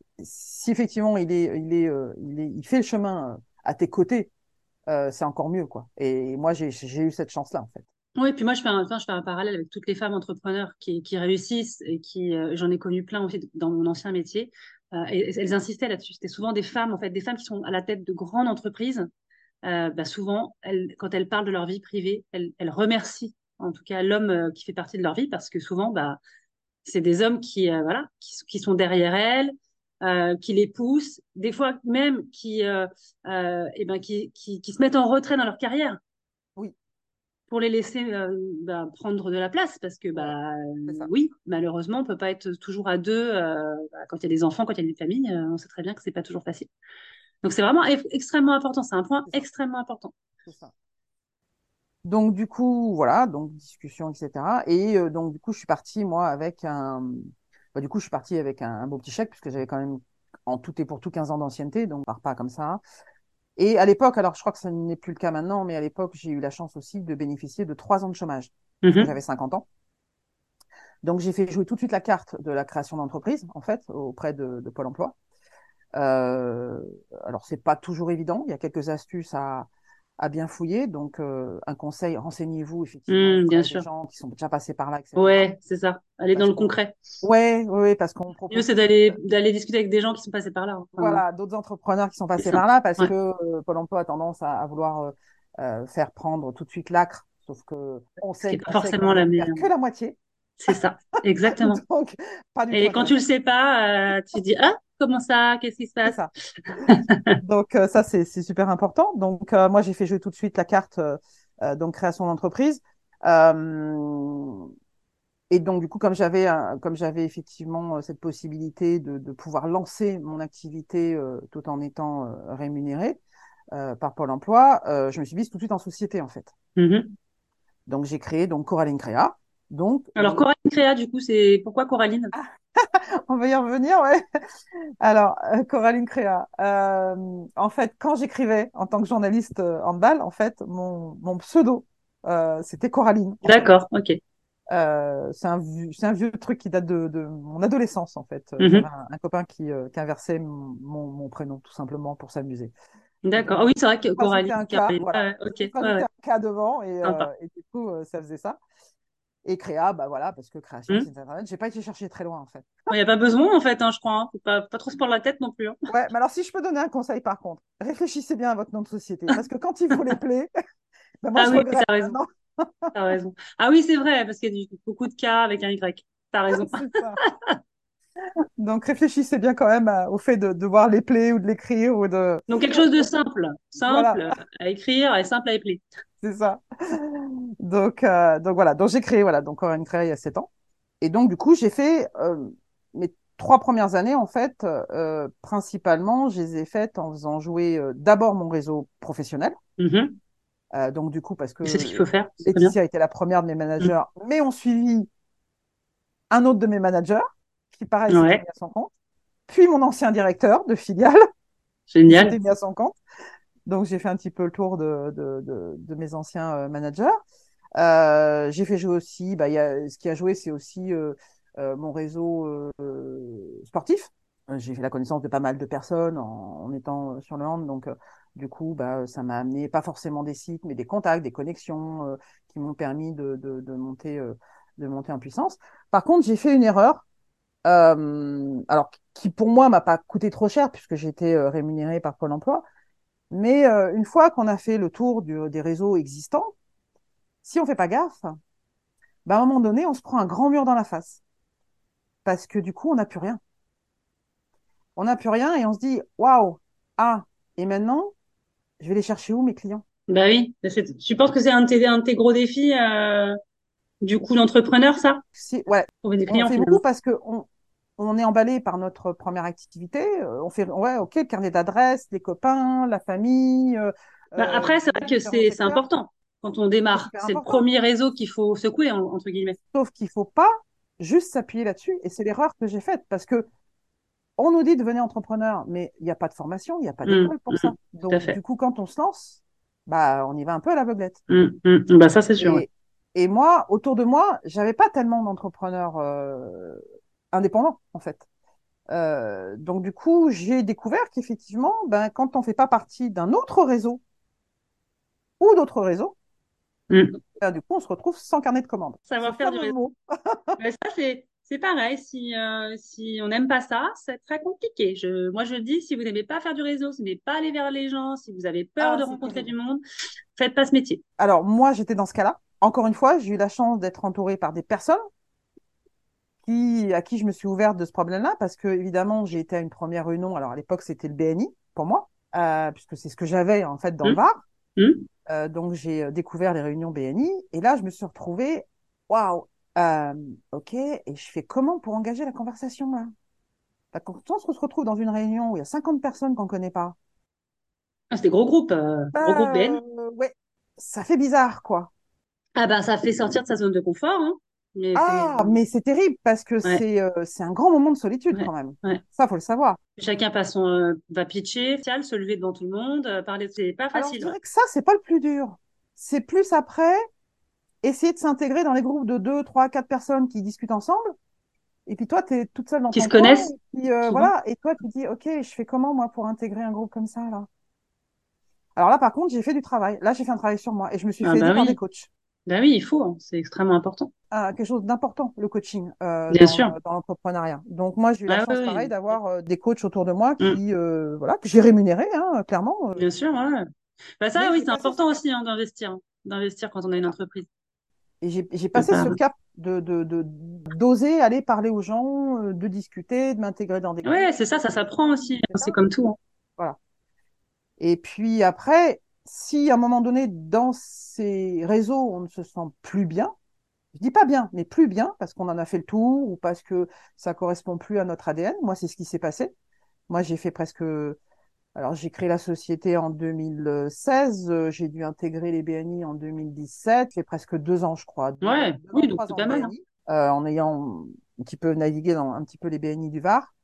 si effectivement il est, il est, euh, il est, il fait le chemin euh, à tes côtés, euh, c'est encore mieux, quoi. Et moi, j'ai, j'ai eu cette chance-là, en fait. Oui, puis moi, je fais un, enfin, je fais un parallèle avec toutes les femmes entrepreneurs qui, qui réussissent et qui, euh, j'en ai connu plein aussi dans mon ancien métier. Euh, et, et elles insistaient là-dessus. C'était souvent des femmes, en fait, des femmes qui sont à la tête de grandes entreprises. Euh, bah, souvent, elles, quand elles parlent de leur vie privée, elles, elles remercient, en tout cas, l'homme euh, qui fait partie de leur vie parce que souvent, bah, c'est des hommes qui, euh, voilà, qui, qui sont derrière elles, euh, qui les poussent, des fois même qui, euh, euh, eh ben, qui, qui, qui se mettent en retrait dans leur carrière Oui, pour les laisser euh, bah, prendre de la place parce que voilà, bah c'est ça. oui malheureusement on peut pas être toujours à deux euh, bah, quand il y a des enfants quand il y a une famille euh, on sait très bien que c'est pas toujours facile donc c'est vraiment e- extrêmement important c'est un point C'est ça. extrêmement important. C'est ça. Donc, du coup, voilà, donc discussion, et cetera. Et euh, donc, du coup, je suis partie, moi, avec un. Bah, du coup, je suis partie avec un, un beau petit chèque, puisque j'avais quand même, en tout et pour tout, quinze ans d'ancienneté, donc on part pas comme ça. Et à l'époque, alors je crois que ce n'est plus le cas maintenant, mais à l'époque, j'ai eu la chance aussi de bénéficier de trois ans de chômage, parce que Mhm. j'avais cinquante ans. Donc, j'ai fait jouer tout de suite la carte de la création d'entreprise, en fait, auprès de, de Pôle emploi. Euh, alors, c'est pas toujours évident. Il y a quelques astuces à, à bien fouiller. Donc, euh, un conseil, renseignez-vous effectivement Mm, bien auprès des sûr, gens qui sont déjà passés par là, et cetera. ouais c'est ça aller dans Parce le qu'on, concret ouais, ouais, ouais, parce qu'on mieux propose c'est tout de suite, d'aller d'aller discuter avec des gens qui sont passés par là hein. Enfin, voilà, d'autres entrepreneurs qui sont c'est passés par simple là, parce ouais que euh, Pôle emploi a tendance à, à vouloir euh, euh, faire prendre tout de suite l'acre. Sauf que on ce qui sait, est pas on sait qu'on forcément la récupère meilleure que la moitié. c'est ça exactement Donc, pas du tout et quand tu le intéressant. sais pas euh, tu dis ah comment ça qu'est-ce qui se C'est passe. ça. Donc, euh, ça, c'est c'est super important. Donc, euh, moi, j'ai fait jouer tout de suite la carte euh, euh, donc création d'entreprise. Euh, et donc, du coup, comme j'avais un- comme j'avais effectivement euh, cette possibilité de, de pouvoir lancer mon activité euh, tout en étant euh, rémunérée euh, par Pôle emploi, euh, je me suis mise tout de suite en société, en fait. Mhm. Donc, j'ai créé donc Coraline Créa. Donc, Alors, Coraline Créa, du coup, c'est pourquoi Coraline? on va y revenir, ouais. Alors, euh, Coraline Créa. Euh, en fait, quand j'écrivais en tant que journaliste euh, handball, en fait, mon, mon pseudo, euh, c'était Coraline, en fait. D'accord, ok. Euh, c'est un, vieux- c'est un vieux truc qui date de, de mon adolescence, en fait. Euh, J'avais Mhm. un, un copain qui, euh, qui inversait mon, mon, mon prénom, tout simplement, pour s'amuser. D'accord. Donc, Ah oui, c'est vrai que j'ai Coraline, rajouté un K, Caroline. voilà. Ouais, ok, J'ai ouais, rajouté ouais, un K devant et, euh, sympa. et du coup, euh, ça faisait ça. Et Créa, bah voilà, parce que création, Il c'est Internet. J'ai pas été chercher très loin, en fait. n'y a pas besoin, en fait, hein, je crois. Hein. Faut pas, faut pas trop se prendre la tête non plus. Hein. Ouais, mais alors si je peux donner un conseil par contre, réfléchissez bien à votre nom de société. Parce que quand il vous les plaît, ben moi Ah je oui, regrette t'as raison, maintenant. t'as raison. Ah oui, c'est vrai, parce qu'il y a du- beaucoup de cas avec un Y. T'as raison. C'est ça. Donc réfléchissez bien quand même à- au fait de devoir les plaire ou de l'écrire ou de. Donc, quelque chose de simple. Voilà, Simple à écrire et simple à épeler. c'est ça. Donc, euh, donc voilà, donc j'ai créé, voilà, donc Corinne Créa il y a sept ans. Et donc du coup, j'ai fait euh, mes trois premières années, en fait, euh, principalement, je les ai faites en faisant jouer euh, d'abord mon réseau professionnel. Mhm. Euh, donc du coup, parce Et c'est ce qu'il que faut faire, c'est très bien. Laetitia était la première de mes Mhm. managers, mais on suivi un autre de mes managers, qui pareil s'était mis Ouais. à son compte. puis mon ancien directeur de filiale qui Génial. s'était mis à son compte. Donc, j'ai fait un petit peu le tour de, de, de, de mes anciens euh, managers. Euh, j'ai fait jouer aussi, bah, y a, ce qui a joué, c'est aussi euh, euh, mon réseau euh, sportif. Euh, J'ai fait la connaissance de pas mal de personnes en, en étant sur le hand. Donc, euh, du coup, bah, ça m'a amené pas forcément des sites, mais des contacts, des connexions euh, qui m'ont permis de, de, de monter, euh, de monter en puissance. Par contre, j'ai fait une erreur, euh, alors qui pour moi m'a pas coûté trop cher puisque j'ai été euh, rémunérée par Pôle Emploi. Mais euh, une fois qu'on a fait le tour du, des réseaux existants, si on fait pas gaffe, bah, à un moment donné, on se prend un grand mur dans la face. Parce que du coup, on n'a plus rien. On n'a plus rien et on se dit, waouh, ah, et maintenant, je vais les chercher où, mes clients? Bah oui. C'est- Tu penses que c'est un de tes, un de tes gros défis, euh, du coup, l'entrepreneur, ça? Si, ouais, Trouver des on clients, fait beaucoup finalement. parce que on, on est emballé par notre première activité. Euh, On fait, ouais, ok, le carnet d'adresses, les copains, la famille, euh, Bah, euh, après, c'est les vrai que différents c'est, c'est secteurs. important quand on C'est démarre. super C'est le important. premier réseau qu'il faut secouer, en- entre guillemets. Sauf qu'il faut pas juste s'appuyer là-dessus. Et c'est l'erreur que j'ai faite parce que on nous dit de devenir entrepreneur, mais il n'y a pas de formation, il n'y a pas Hum, d'école pour hum, ça. tout à Donc, fait. du coup, quand on se lance, bah, on y va un peu à l'aveuglette. Hum, hum. Bah ça, c'est sûr, ouais. Et, et moi, autour de moi, j'avais pas tellement d'entrepreneurs euh, indépendants, en fait. Euh, donc, du coup, j'ai découvert qu'effectivement, ben, quand on fait pas partie d'un autre réseau ou d'autres réseaux, Hum. ben, du coup, on se retrouve sans carnet de commandes. Ce Savoir faire du fameux réseau. mot. Mais ça, c'est, c'est pareil. Si, euh, si on n'aime pas ça, c'est très compliqué. Je, moi, je dis, si vous n'aimez pas faire du réseau, si vous n'aimez pas aller vers les gens, si vous avez peur Ah, de c'est rencontrer du terrible. monde, faites pas ce métier. Alors, moi, j'étais dans ce cas-là. Encore une fois, j'ai eu la chance d'être entourée par des personnes qui, à qui je me suis ouverte de ce problème-là, parce que évidemment, j'ai été à une première réunion. Alors à l'époque, c'était le B N I pour moi, euh, puisque c'est ce que j'avais en fait dans le Hum, Var. hum. Euh, donc j'ai euh, découvert les réunions B N I, et là, je me suis retrouvée, waouh, euh, ok, et je fais comment pour engager la conversation là? Parce que quand on se retrouve dans une réunion où il y a cinquante personnes qu'on ne connaît pas, Ah, c'est des gros groupes, euh, gros groupe bah B N. euh, ouais, ça fait bizarre quoi. Ah ben, ça fait sortir de sa zone de confort, hein. Mais c'est, Ah, mais c'est terrible parce que ouais, c'est euh, c'est un grand moment de solitude ouais, quand même. ouais. Ça, faut le savoir. Chacun passe son, euh, va pitcher, se lever devant tout le monde, euh, parler, c'est pas Alors, je facile, ouais. dirais que ça, c'est pas le plus dur. C'est plus après essayer de s'intégrer dans les groupes de deux, trois, quatre personnes qui discutent ensemble. Et puis toi, tu es toute seule dans Qui ton se coin. connaissent, Et puis euh, souvent. voilà. Et toi, tu dis, OK, je fais comment moi pour intégrer un groupe comme ça là? Alors là, par contre, j'ai fait du travail. Là, j'ai fait un travail sur moi et je me suis Ah fait aider bah par des oui, coachs. bah oui, il faut, hein. C'est extrêmement important. Ah, quelque chose d'important, le coaching euh, Bien dans, sûr. dans l'entrepreneuriat. Donc moi, j'ai eu la Ah oui, chance, pareil, oui. d'avoir euh, des coachs autour de moi Mm. qui, euh, voilà, que j'ai rémunérés, hein, clairement. euh. Bien sûr, ouais. Bah ça, Mais oui, j'ai c'est passé ce important cap. aussi, hein, d'investir, hein. D'investir quand on a une Voilà. entreprise. Et j'ai j'ai C'est passé ce pas... cap de, de, de- d'oser aller parler aux gens, euh, de discuter, de m'intégrer dans des Ouais, groupes, c'est ça, ça s'apprend aussi, hein. C'est et cetera. comme tout, hein. Voilà. Et puis après, si à un moment donné, dans ces réseaux, on ne se sent plus bien, je dis pas bien, mais plus bien, parce qu'on en a fait le tour ou parce que ça correspond plus à notre A D N. Moi, c'est ce qui s'est passé. Moi, j'ai fait presque. Alors, j'ai créé la société en deux mille seize, euh, j'ai dû intégrer les B N I en deux mille dix-sept, fait presque deux ans, je crois, deux ans, Ouais, deux ans, oui, donc trois c'est ans de pas mal, hein. B N I, euh, en ayant un petit peu navigué dans un petit peu les B N I du Var.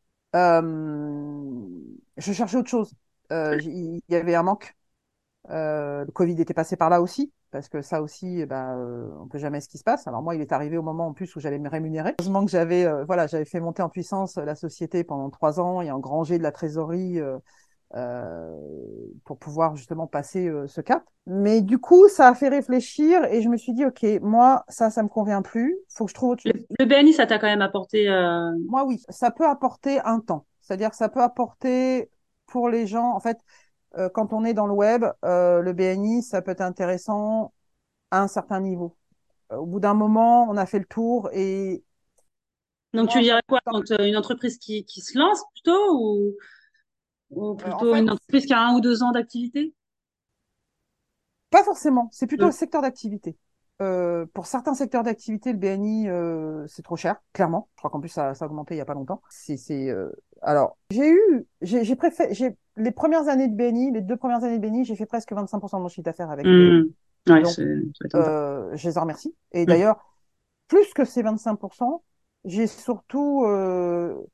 Euh, je cherchais autre chose. Euh, Il y avait un manque. Euh, le Covid était passé par là aussi, parce que ça aussi, eh ben, euh, on ne peut jamais ce qui se passe. Alors moi, il est arrivé au moment en plus où j'allais me rémunérer. Heureusement que j'avais euh, voilà, j'avais fait monter en puissance la société pendant trois ans et engrangé de la trésorerie euh, euh, pour pouvoir justement passer euh, ce cap. Mais du coup, ça a fait réfléchir et je me suis dit, OK, moi, ça, ça me convient plus. Il faut que je trouve autre Le, chose. le B N I, ça t'a quand même apporté... euh, Moi, oui, ça peut apporter un temps. C'est-à-dire que ça peut apporter pour les gens, en fait, euh, quand on est dans le web, euh, le B N I, ça peut être intéressant à un certain niveau. Euh, au bout d'un moment, on a fait le tour et Donc tu moi, moi, dirais quoi? dans- Quand euh, une entreprise qui, qui se lance plutôt ou, ou euh, en plutôt fait, une entreprise qui a un ou deux ans d'activité? pas forcément. C'est plutôt le Mm. secteur d'activité. Euh, pour certains secteurs d'activité, le B N I, euh, c'est trop cher, clairement. Je crois qu'en plus, ça, ça a augmenté il n'y a pas longtemps. C'est, c'est, euh, Alors, j'ai eu, j'ai, j'ai préféré, j'ai, les premières années de B N I, les deux premières années de B N I, j'ai fait presque vingt-cinq pour cent de mon chiffre d'affaires avec le B N I. Mm. Ouais, Donc, c'est, ça m'étonne pas. euh, je les en remercie. Et Mm. d'ailleurs, plus que ces vingt-cinq pour cent, j'ai surtout, euh,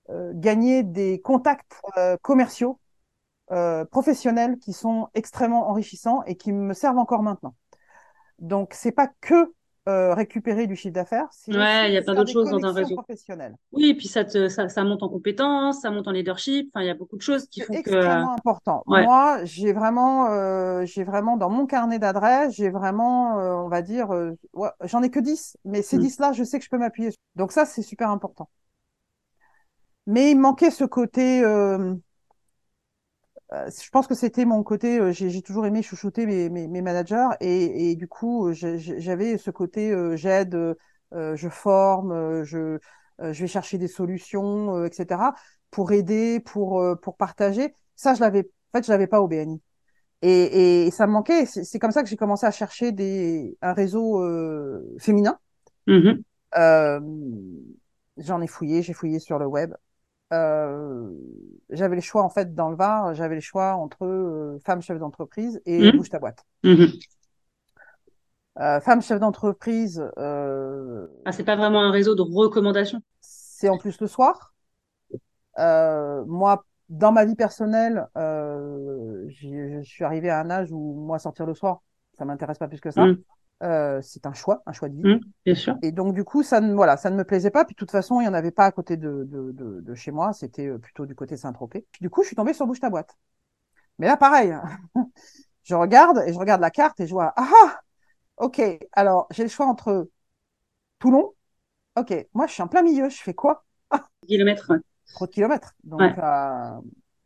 euh, gagner des contacts euh, commerciaux, euh, professionnels qui sont extrêmement enrichissants et qui me servent encore maintenant. Donc, c'est pas que euh, récupérer du chiffre d'affaires, c'est Ouais, il aussi y a plein faire d'autres des choses dans un connexions réseau. professionnelles. Oui, et puis ça te, ça, ça monte en compétences, ça monte en leadership. Enfin, il y a beaucoup de choses qui C'est font que, euh, extrêmement important. ouais. Moi, j'ai vraiment, euh, j'ai vraiment dans mon carnet d'adresses, j'ai vraiment, euh, on va dire, euh, ouais, j'en ai que dix, mais ces Mm. dix-là, je sais que je peux m'appuyer sur. Donc ça, c'est super important. Mais il manquait ce côté, euh, euh, je pense que c'était mon côté, euh, j'ai j'ai toujours aimé chouchouter mes, mes, mes managers et, et du coup, euh, j'ai- j'ai- j'avais ce côté, euh, j'aide, euh, euh, je forme, euh, je, euh, je vais chercher des solutions, euh, et cetera, pour aider, pour, euh, pour partager. Ça, je l'avais, en fait, je l'avais pas au B N I. Et, et ça me manquait. C'est c'est comme ça que j'ai commencé à chercher des, un réseau euh, féminin. Mhm. Euh, J'en ai fouillé, j'ai fouillé sur le web. Euh, j'avais le choix, en fait, dans le Var, j'avais le choix entre euh, femmes chefs d'entreprise et Mhm. bouge ta boîte. Mhm. Euh, femmes chefs d'entreprise, euh, Ah, c'est pas vraiment un réseau de recommandations. c'est en plus le soir. Euh, moi, dans ma vie personnelle, euh, j'ai- je suis arrivée à un âge où moi sortir le soir, ça m'intéresse pas plus que ça. Mm. Euh, c'est un choix, un choix de vie. Mm. Bien sûr. Et donc, du coup, ça ne, voilà, ça ne me plaisait pas. Puis, de toute façon, il n'y en avait pas à côté de, de, de, de chez moi. C'était euh, plutôt du côté Saint-Tropez. Du coup, je suis tombée sur Bouge ta boîte. Mais là, pareil, hein. Je regarde et je regarde la carte et je vois, ah, ah, ok, alors j'ai le choix entre Toulon. Ok, moi, je suis en plein milieu. Je fais quoi? Kilomètres, ouais. Trop de kilomètres. Donc, Ouais. euh,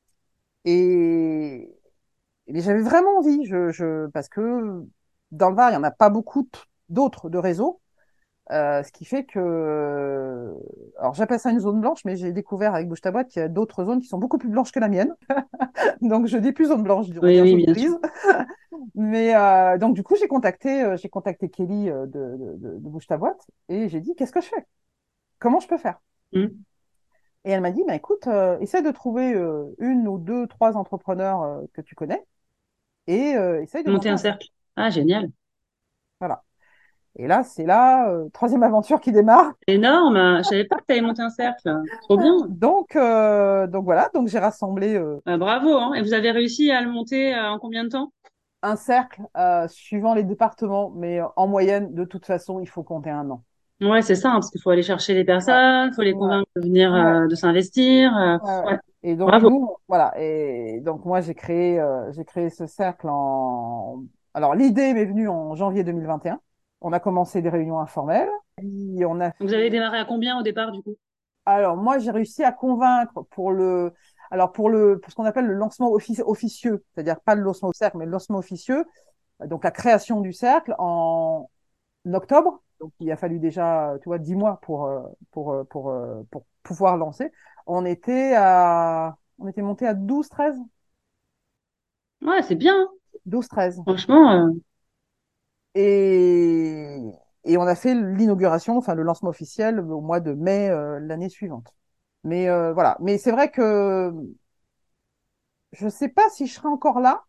et, mais j'avais vraiment envie, je, je, parce que dans le Var, il n'y en a pas beaucoup t- d'autres de réseaux. Euh, ce qui fait que, alors j'appelle ça une zone blanche, mais j'ai découvert avec Bouge ta boîte qu'il y a d'autres zones qui sont beaucoup plus blanches que la mienne. Donc je dis plus zone blanche, on va Oui, dire oui, zone bien sûr. grise. Mais euh, donc du coup j'ai contacté, euh, j'ai contacté Kelly euh, de, de, de, de Bouge ta boîte et j'ai dit qu'est-ce que je fais? Comment je peux faire? Mm. Et elle m'a dit bah, écoute, euh, essaie de trouver euh, une ou deux, trois entrepreneurs euh, que tu connais et euh, essaye de Monter monter un un cercle. cercle. Ah, génial. Voilà. Et là, c'est là, euh, troisième aventure qui démarre. Énorme. Je savais pas que tu avais monté un cercle. Trop bien. Donc, euh, donc voilà, donc j'ai rassemblé euh, Bah, bravo, hein. Et vous avez réussi à le monter euh, en combien de temps? un cercle euh, suivant les départements, mais euh, en moyenne, de toute façon, il faut compter un an. Ouais, c'est ça, hein, parce qu'il faut aller chercher les Ouais, personnes, il faut les ouais, convaincre de venir, ouais, euh, de s'investir. euh, ouais, ouais. ouais, Et donc bravo. nous, voilà. Et donc moi, j'ai créé, euh, j'ai créé ce cercle en. Alors l'idée m'est venue en janvier deux mille vingt et un. On a commencé des réunions informelles. Puis on a Vous avez fait. démarré à combien au départ, du coup? Alors moi, j'ai réussi à convaincre pour le. Alors pour le, pour ce qu'on appelle le lancement offici- officieux, c'est-à-dire pas le lancement au cercle, mais le lancement officieux. Donc la création du cercle en octobre. Donc il a fallu déjà, tu vois, dix mois pour, euh, pour, euh, pour, euh, pour pouvoir lancer. On était à, on était monté à douze treize. Ouais, c'est bien, hein. douze treize. Franchement, euh, Et, et on a fait l'inauguration, enfin le lancement officiel au mois de mai euh, l'année suivante. Mais euh, voilà. Mais c'est vrai que je ne sais pas si je serais encore là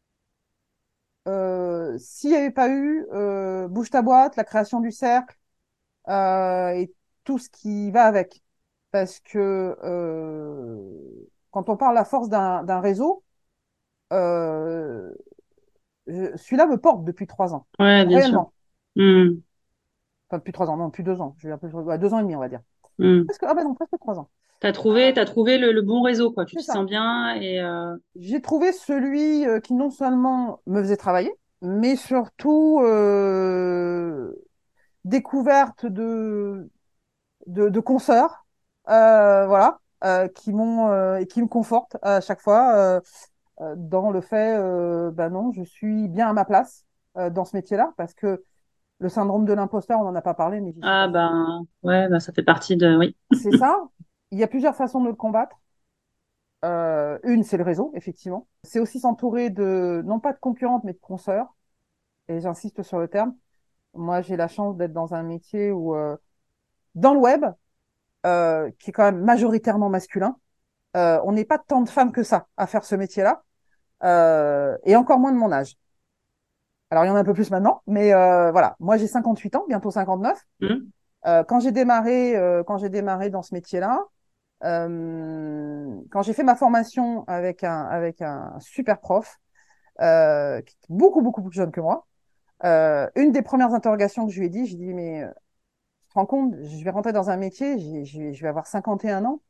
euh, s'il n'y avait pas eu euh, Bouge ta boîte, la création du cercle euh, et tout ce qui va avec. Parce que euh, quand on parle de la force d'un d'un réseau, euh, je- celui-là me porte depuis trois ans, ouais, bien sûr. réellement. Hmm, Enfin, depuis trois ans, non, depuis deux ans. Je vais un peu, ouais, deux ans et demi, on va dire. hmm. Presque, ah ben non, presque trois ans. T'as trouvé, t'as trouvé le, le bon réseau, quoi. Tu C'est t'y sens ça. bien et euh, J'ai trouvé celui euh, qui non seulement me faisait travailler, mais surtout euh, découverte de, de, de consoeurs, euh, voilà, euh, qui m'ont euh, et qui me confortent à chaque fois. Euh, euh, dans le fait, euh, ben non, je suis bien à ma place euh, dans ce métier-là, parce que le syndrome de l'imposteur, on n'en a pas parlé, mais j'y suis ah passée. ben ouais, bah, ça fait partie de oui. C'est ça. Il y a plusieurs façons de le combattre. Euh, une, c'est le réseau, effectivement. C'est aussi s'entourer de, non pas de concurrentes, mais de consoeurs. Et j'insiste sur le terme. Moi, j'ai la chance d'être dans un métier où, euh, dans le web, euh, qui est quand même majoritairement masculin, euh, on n'est pas tant de femmes que ça à faire ce métier-là, euh, et encore moins de mon âge. Alors, il y en a un peu plus maintenant, mais euh, voilà. Moi, j'ai cinquante-huit ans, bientôt cinquante-neuf. Hmm. Euh, quand j'ai démarré, euh, quand j'ai démarré dans ce métier-là, Euh, quand j'ai fait ma formation avec un, avec un super prof, euh, qui est beaucoup, beaucoup plus jeune que moi, euh, une des premières interrogations que je lui ai dit, j'ai dit, mais euh, tu te rends compte, je vais rentrer dans un métier, j'ai- j'ai- je vais avoir cinquante et un ans.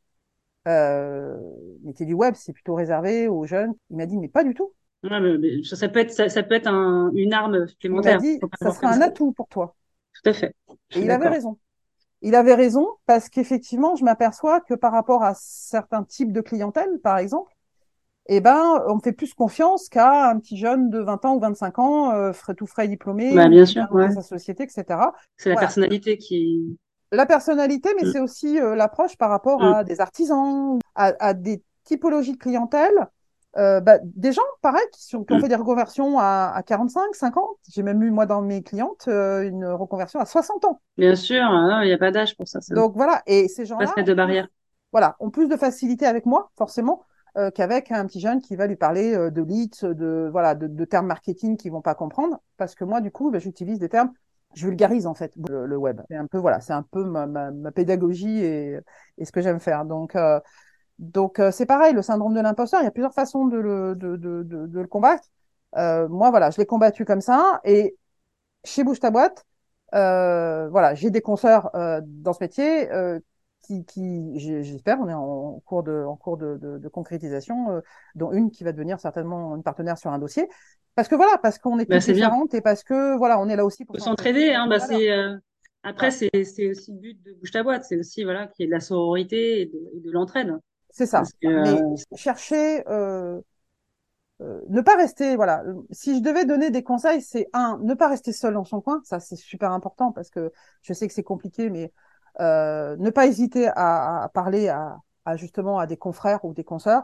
Euh, le métier du web, c'est plutôt réservé aux jeunes. Il m'a dit, mais pas du tout. Ouais, mais, mais ça, ça peut être, ça, ça peut être un, une arme Il m'a supplémentaire. dit, Faut pas le ça voir sera comme un ça. atout pour toi. Tout à fait. Je Et suis il avait d'accord. raison. Il avait raison parce qu'effectivement, je m'aperçois que par rapport à certains types de clientèle, par exemple, eh ben, on fait plus confiance qu'à un petit jeune de vingt ans ou vingt-cinq ans, euh, frais- tout frais diplômé Bah, ou bien qui vient sûr, monter ouais. sa société, et cetera. C'est la Voilà. personnalité qui. La personnalité, mais Mm, c'est aussi euh, l'approche par rapport mm. à des artisans, à, à des typologies de clientèle. Euh, bah, des gens, pareil, qui, sont, qui ont Mm. fait des reconversions à, à quarante-cinq, cinquante. J'ai même eu, moi, dans mes clientes, euh, une reconversion à soixante ans. Bien sûr, hein, il n'y a pas d'âge pour ça. Ça ne Donc voilà, et ces faut pas gens-là se mettre ont de plus, barrière. voilà, ont plus de facilité avec moi, forcément, euh, qu'avec un petit jeune qui va lui parler euh, de leads, de, voilà, de, de termes marketing qu'ils vont pas comprendre, parce que moi, du coup, ben, j'utilise des termes, je vulgarise en fait le, le web. C'est un peu, voilà, c'est un peu ma, ma, ma pédagogie et, et ce que j'aime faire. Donc, euh, donc euh, c'est pareil, le syndrome de l'imposteur, il y a plusieurs façons de le, de, de, de, de le combattre. Euh, moi, voilà, je l'ai combattu comme ça, et chez Bouge ta boîte, euh, voilà, j'ai des consoeurs euh, dans ce métier euh, qui, qui j'espère, on est en cours de, en cours de, de, de concrétisation, euh, dont une qui va devenir certainement une partenaire sur un dossier. Parce que voilà, parce qu'on est Bah, toutes c'est bien. Il différentes et parce que voilà, on est là aussi pour faut s'entraider s'entraider, et mettre hein. en Bah, valeur. c'est, euh, Après, Voilà, c'est, c'est aussi le but de Bouge ta boîte. C'est aussi voilà, qu'il y ait de la sororité et de, et de l'entraide. c'est ça. Parce que, Mais euh, chercher, euh, euh, ne pas rester, voilà. Si je devais donner des conseils, c'est un, ne pas rester seul dans son coin. Ça, c'est super important parce que je sais que c'est compliqué, mais euh, ne pas hésiter à, à parler à, à, justement à des confrères ou des consoeurs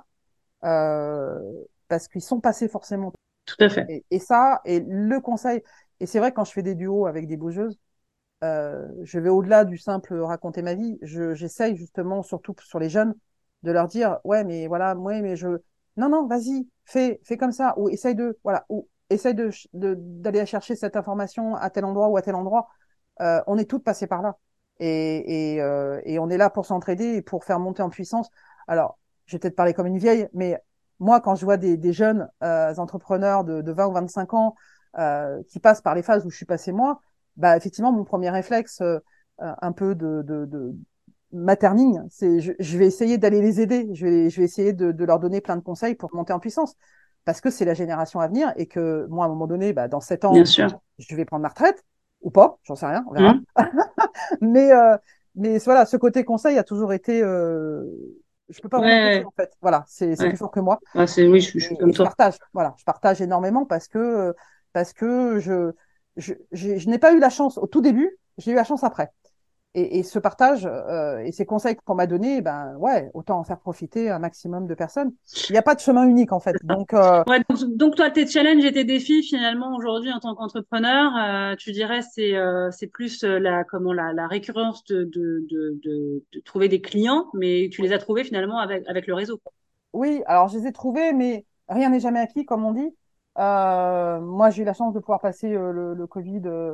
euh, parce qu'ils sont passés forcément. tout à fait. Et, et ça, et le conseil, et c'est vrai que quand je fais des duos avec des bougeuses, euh, je vais au-delà du simple raconter ma vie. Je, j'essaye justement, surtout sur les jeunes, de leur dire, ouais, mais voilà, moi, mais je, non, non, vas-y, fais, fais comme ça, ou essaye de, voilà, ou essaye de, de, d'aller chercher cette information à tel endroit ou à tel endroit. Euh, on est toutes passées par là. Et, et, euh, et on est là pour s'entraider et pour faire monter en puissance. Alors, je vais peut-être parler comme une vieille, mais moi, quand je vois des, des jeunes euh, entrepreneurs de, de vingt ou vingt-cinq ans euh, qui passent par les phases où je suis passée moi, bah, effectivement, mon premier réflexe, euh, un peu de, de, de materning, c'est je, je vais essayer d'aller les aider, je vais, je vais essayer de, de leur donner plein de conseils pour monter en puissance. Parce que c'est la génération à venir et que moi, à un moment donné, bah, dans sept Bien ans, sûr. je vais prendre ma retraite ou pas, j'en sais rien, on verra. Hum. Mais, euh, mais voilà, ce côté conseil a toujours été. Euh, je peux pas Ouais, m'en empêcher, ouais, en fait. Voilà, c'est c'est ouais. plus fort que moi. Ouais, c'est, oui, Et, je, je suis et, et comme je toi. partage. Voilà, je partage énormément parce que, euh, parce que je, je, j'ai- je n'ai pas eu la chance au tout début, j'ai eu la chance après. Et, et ce partage euh, et ces conseils qu'on m'a donnés, ben ouais, autant en faire profiter un maximum de personnes. Il n'y a pas de chemin unique en fait. Donc, euh, Ouais, donc, donc toi, tes challenges et tes défis finalement aujourd'hui en tant qu'entrepreneur, euh, tu dirais c'est euh, c'est plus euh, la comment la, la récurrence de, de, de, de, de trouver des clients, mais tu les as trouvés finalement avec avec le réseau. oui, alors je les ai trouvés, mais rien n'est jamais acquis, comme on dit. Euh, moi, j'ai eu la chance de pouvoir passer euh, le, le Covid euh,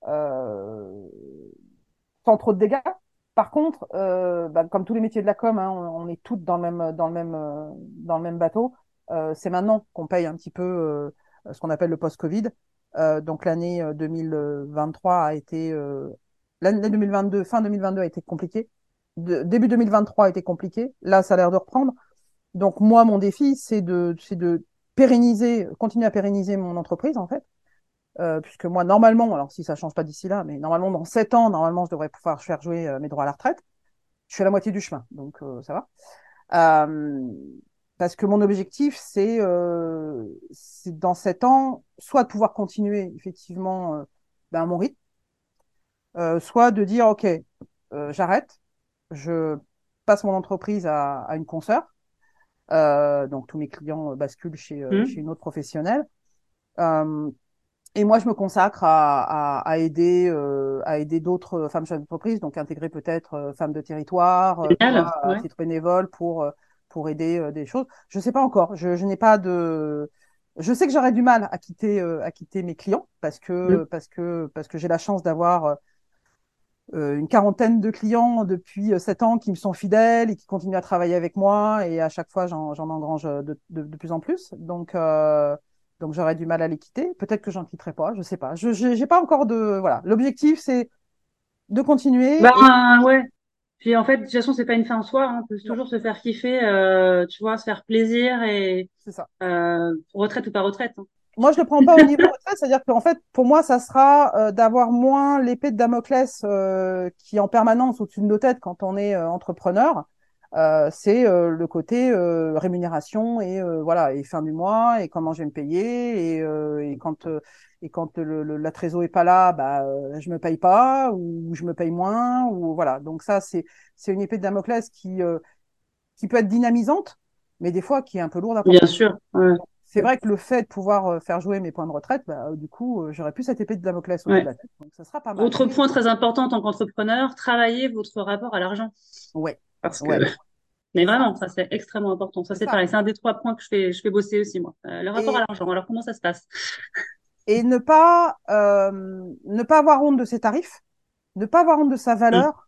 euh, sans trop de dégâts. Par contre, euh, bah, comme tous les métiers de la com, hein, on, on est toutes dans le même, dans le même, euh, dans le même bateau. Euh, c'est maintenant qu'on paye un petit peu euh, ce qu'on appelle le post-Covid. Euh, donc l'année euh, deux mille vingt-trois a été, euh, l'année deux mille vingt-deux, fin deux mille vingt-deux a été compliquée. De- début deux mille vingt-trois a été compliqué. Là, ça a l'air de reprendre. Donc moi, mon défi, c'est de, c'est de pérenniser, continuer à pérenniser mon entreprise en fait, euh, puisque moi, normalement, alors si ça change pas d'ici là, mais normalement dans sept ans, normalement, je devrais pouvoir faire jouer euh, mes droits à la retraite. Je suis à la moitié du chemin, donc euh, ça va. Euh, parce que mon objectif, c'est, euh, c'est dans sept ans, soit de pouvoir continuer effectivement euh, ben, à mon rythme, euh, soit de dire, OK, euh, j'arrête, je passe mon entreprise à, à une consoeur. Euh, donc tous mes clients euh, basculent chez, euh, chez Hmm. une autre professionnelle. Euh, et moi, je me consacre à, à, à aider, euh, à aider d'autres femmes chefs d'entreprise, donc intégrer peut-être euh, femmes de territoire, euh, tu Génial, vois, à ouais. titre bénévole pour, euh, pour aider euh, des choses. Je ne sais pas encore. Je, je n'ai pas de. Je sais que j'aurais du mal à quitter, euh, à quitter mes clients parce Hmm. que, parce que, parce que j'ai la chance d'avoir euh, une quarantaine de clients depuis euh, sept ans qui me sont fidèles et qui continuent à travailler avec moi. Et à chaque fois, j'en, j'en engrange de, de, de plus en plus. Donc, euh, donc j'aurais du mal à les quitter. Peut-être que j'en quitterai pas, je sais pas. Je j'ai pas encore de voilà. L'objectif, c'est de continuer et Ben ouais. Puis en fait, de toute façon, c'est pas une fin en soi, hein. On peut non, toujours se faire kiffer, euh, tu vois, se faire plaisir et c'est ça. euh, retraite ou pas retraite, hein. Moi, je ne le prends pas au niveau retraite, c'est-à-dire qu'en fait, pour moi, ça sera euh, d'avoir moins l'épée de Damoclès euh, qui est en permanence au-dessus de nos têtes quand on est euh, entrepreneur. Euh, c'est euh, le côté euh, rémunération et euh, voilà et fin du mois et comment je vais me payer et, euh, et quand euh, et quand le, le, la trésor est pas là, bah euh, je me paye pas ou je me paye moins ou voilà. Donc ça, c'est c'est une épée de Damoclès qui euh, qui peut être dynamisante, mais des fois qui est un peu lourde à Bien porter. sûr. Ouais. C'est vrai que le fait de pouvoir euh, faire jouer mes points de retraite, bah, euh, du coup, euh, j'aurais plus cette épée de Damoclès au-dessus de Ouais. la tête. Donc, ça sera pas mal. Autre point très important en tant qu'entrepreneur, travaillez votre rapport à l'argent. Ouais, Parce que, ouais, mais c'est ça, vraiment, ça c'est extrêmement important. Ça c'est c'est ça. pareil, c'est un des trois points que je fais, je fais bosser aussi moi. Euh, le rapport à Et, l'argent. Alors comment ça se passe? et ne pas, euh, ne pas avoir honte de ses tarifs, ne pas avoir honte de sa Mm. valeur.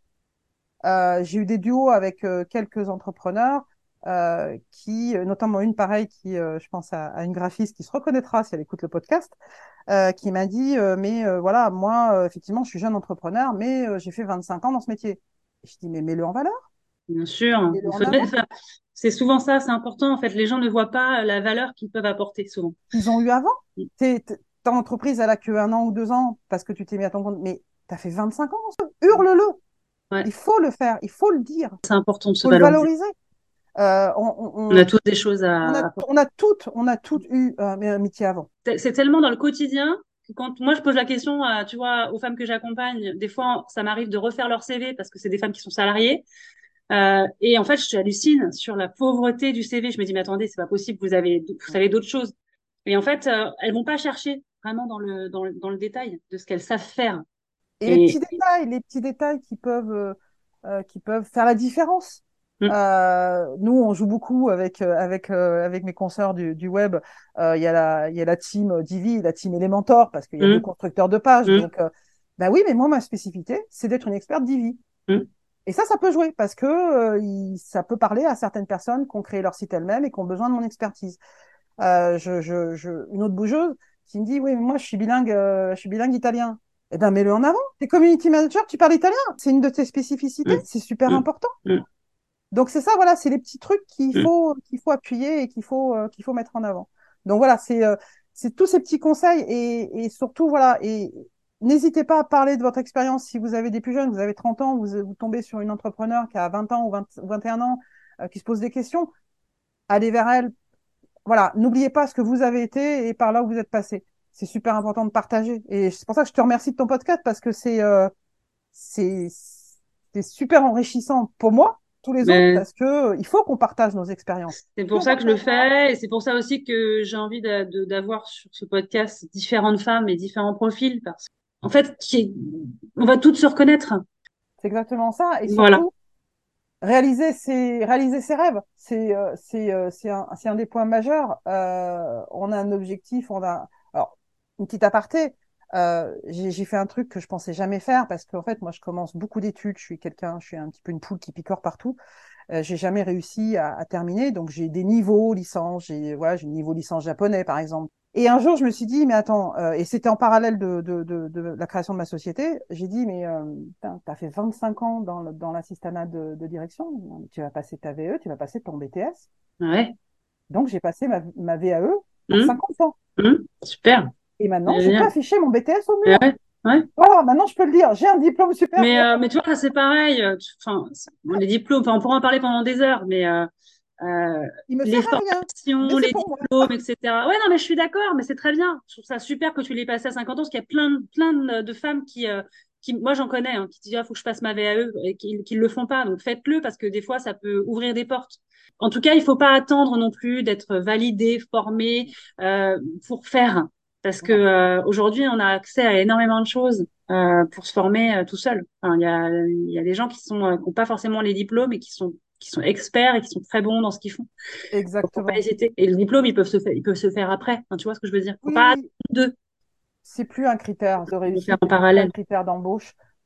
Euh, j'ai eu des duos avec euh, quelques entrepreneurs euh, qui, euh, notamment une pareille qui, euh, je pense à, à une graphiste qui se reconnaîtra si elle écoute le podcast, euh, qui m'a dit, euh, mais euh, voilà, moi, euh, effectivement, je suis jeune entrepreneur, mais euh, j'ai fait vingt-cinq ans dans ce métier. Et je dis, mais mets-le en valeur, Bien sûr. mets-le Il en faut avant. mettre- enfin, c'est souvent ça, c'est important. En fait, les gens ne voient pas la valeur qu'ils peuvent apporter souvent. Qu'ils ont eu avant. Mm. T'es, t'es- ton entreprise, elle a que un an ou deux ans parce que tu t'es mis à ton compte, mais tu as fait vingt-cinq ans dans ce... Hurle-le. Ouais, Il faut le faire, il faut le dire, c'est important de il se faut le valoriser. valoriser. Euh, on, On a on, tous des choses on, a, à apporter. on a toutes, on a toutes eu euh, un métier avant. C'est c'est tellement dans le quotidien que quand moi je pose la question à, tu vois, aux femmes que j'accompagne, des fois ça m'arrive de refaire leur C V parce que c'est des femmes qui sont salariées. Euh, et en fait, je hallucine sur la pauvreté du C V. Je me dis, mais attendez, c'est pas possible, vous avez, vous savez d'autres choses. Et en fait, euh, elles vont pas chercher vraiment dans le, dans le, dans le détail de ce qu'elles savent faire. Et les petits Et, détails, les petits détails qui peuvent, euh, euh, qui peuvent faire la différence. hum, Euh, nous, on joue beaucoup avec, euh, avec, euh, avec mes consoeurs du, du web. Euh, Il y a la, il y a la team Divi et la team Elementor parce qu'il y a deux hum, constructeurs de pages. hum, Donc, euh, bah oui, mais moi, ma spécificité, c'est d'être une experte Divi. hum. Et ça, ça peut jouer parce que euh, il- ça peut parler à certaines personnes qui ont créé leur site elles-mêmes et qui ont besoin de mon expertise. Euh, je, je, je, une autre bougeuse qui me dit, oui, mais moi, je suis bilingue, euh, je suis bilingue italien. Eh ben, mets-le en avant. T'es community manager, tu parles italien. C'est une de tes spécificités, Hum, c'est super hum, important. hum, Donc, c'est ça, voilà, c'est les petits trucs qu'il hum. faut, qu'il faut appuyer et qu'il faut, euh, qu'il faut mettre en avant. Donc, voilà, c'est, euh, c'est tous ces petits conseils et, et surtout, voilà, et n'hésitez pas à parler de votre expérience si vous avez des plus jeunes, vous avez trente ans, vous, vous tombez sur une entrepreneur qui a vingt ans ou vingt, vingt et un ans, euh, qui se pose des questions. Allez vers elle, voilà, n'oubliez pas ce que vous avez été et par là où vous êtes passé. C'est super important de partager. Et c'est pour ça que je te remercie de ton podcast parce que c'est euh, c'est c'est super enrichissant pour moi, tous les autres, Mais parce que euh, il faut qu'on partage nos expériences. c'est Plus pour on ça que je le partagera, fais et c'est pour ça aussi que j'ai envie d'a- de- d'avoir sur ce podcast différentes femmes et différents profils parce qu'en fait, qui- on va toutes se reconnaître. c'est exactement ça. Et Voilà. surtout, réaliser ses, réaliser ses rêves, c'est euh, c'est euh, c'est un, c'est un des points majeurs. Euh, on a un objectif, on a... Alors, une petite aparté, euh, j'ai j'ai fait un truc que je pensais jamais faire parce qu'en fait, moi, je commence beaucoup d'études, je suis quelqu'un, je suis un petit peu une poule qui picore partout. Euh, j'ai jamais réussi à, à terminer, donc j'ai des niveaux licence, j'ai voilà, j'ai le niveau licence japonais, par exemple. Et un jour, je me suis dit, mais attends, euh, et c'était en parallèle de, de, de, de la création de ma société, j'ai dit, mais euh, tu as fait vingt-cinq ans dans, le, dans l'assistanat de, de direction, tu vas passer ta V E, tu vas passer ton B T S. Ouais. Donc, j'ai passé ma, ma V A E à Hum, cinquante ans. hum. Super. Et maintenant, je peux Génial. afficher mon B T S au Ouais, mur. ouais. Voilà, maintenant, je peux le dire, j'ai un diplôme Mais, supérieur. euh, mais tu vois, ça c'est pareil. euh, tu- Enfin, c'est- bon, les diplômes, enfin, on pourra en parler pendant des heures, mais euh, euh, Il me sert les à rien, mais formations, c'est les pour moi. diplômes, et cetera. Ouais, non, mais je suis d'accord, mais c'est très bien. Je trouve ça super que tu l'aies passé à cinquante ans, parce qu'il y a plein, de- plein de, de femmes qui, euh, qui, moi j'en connais, hein, qui disent, il faut que je fasse ma V A E et qui ne le font pas. Donc faites-le, parce que des fois, ça peut ouvrir des portes. En tout cas, il faut pas attendre non plus d'être validé, formé euh, pour faire. Parce que Non, euh, aujourd'hui, on a accès à énormément de choses euh, pour se former euh, tout seul. Enfin, il y a, il y a des gens qui sont euh, qui n'ont pas forcément les diplômes et qui sont qui sont experts et qui sont très bons dans ce qu'ils font. Faut pas exactement. hésiter. Et le diplôme, ils peuvent se faire, ils peuvent se faire après. Enfin, tu vois ce que je veux dire? Faut Oui, pas attendre oui, deux. c'est plus un critère de Faut le faire réussite en et c'est plus un parallèle. critère d'embauche.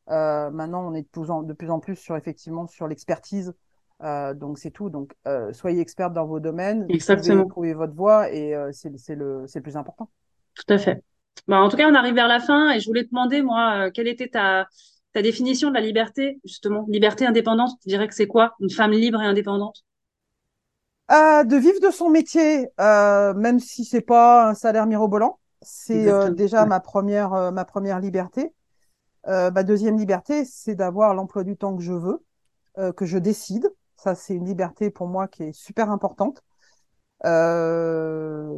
Euh, maintenant, on est de plus en, de plus en plus sur effectivement sur l'expertise. Euh, donc c'est tout. Donc euh, soyez experte dans vos domaines, trouvez, Exactement, trouvez votre voie et euh, c'est, c'est le, c'est le plus important. tout à fait. Bah, en tout cas, on arrive vers la fin et je voulais te demander, moi, euh, quelle était ta, ta définition de la liberté, justement, liberté indépendante. Tu dirais que c'est quoi? Une femme libre et indépendante? Euh, de vivre de son métier, euh, même si c'est pas un salaire mirobolant, c'est euh, Exactement. déjà Ouais. ma première, euh, ma première liberté. Euh, ma deuxième liberté, c'est d'avoir l'emploi du temps que je veux, euh, que je décide. Ça, c'est une liberté pour moi qui est super importante. Euh,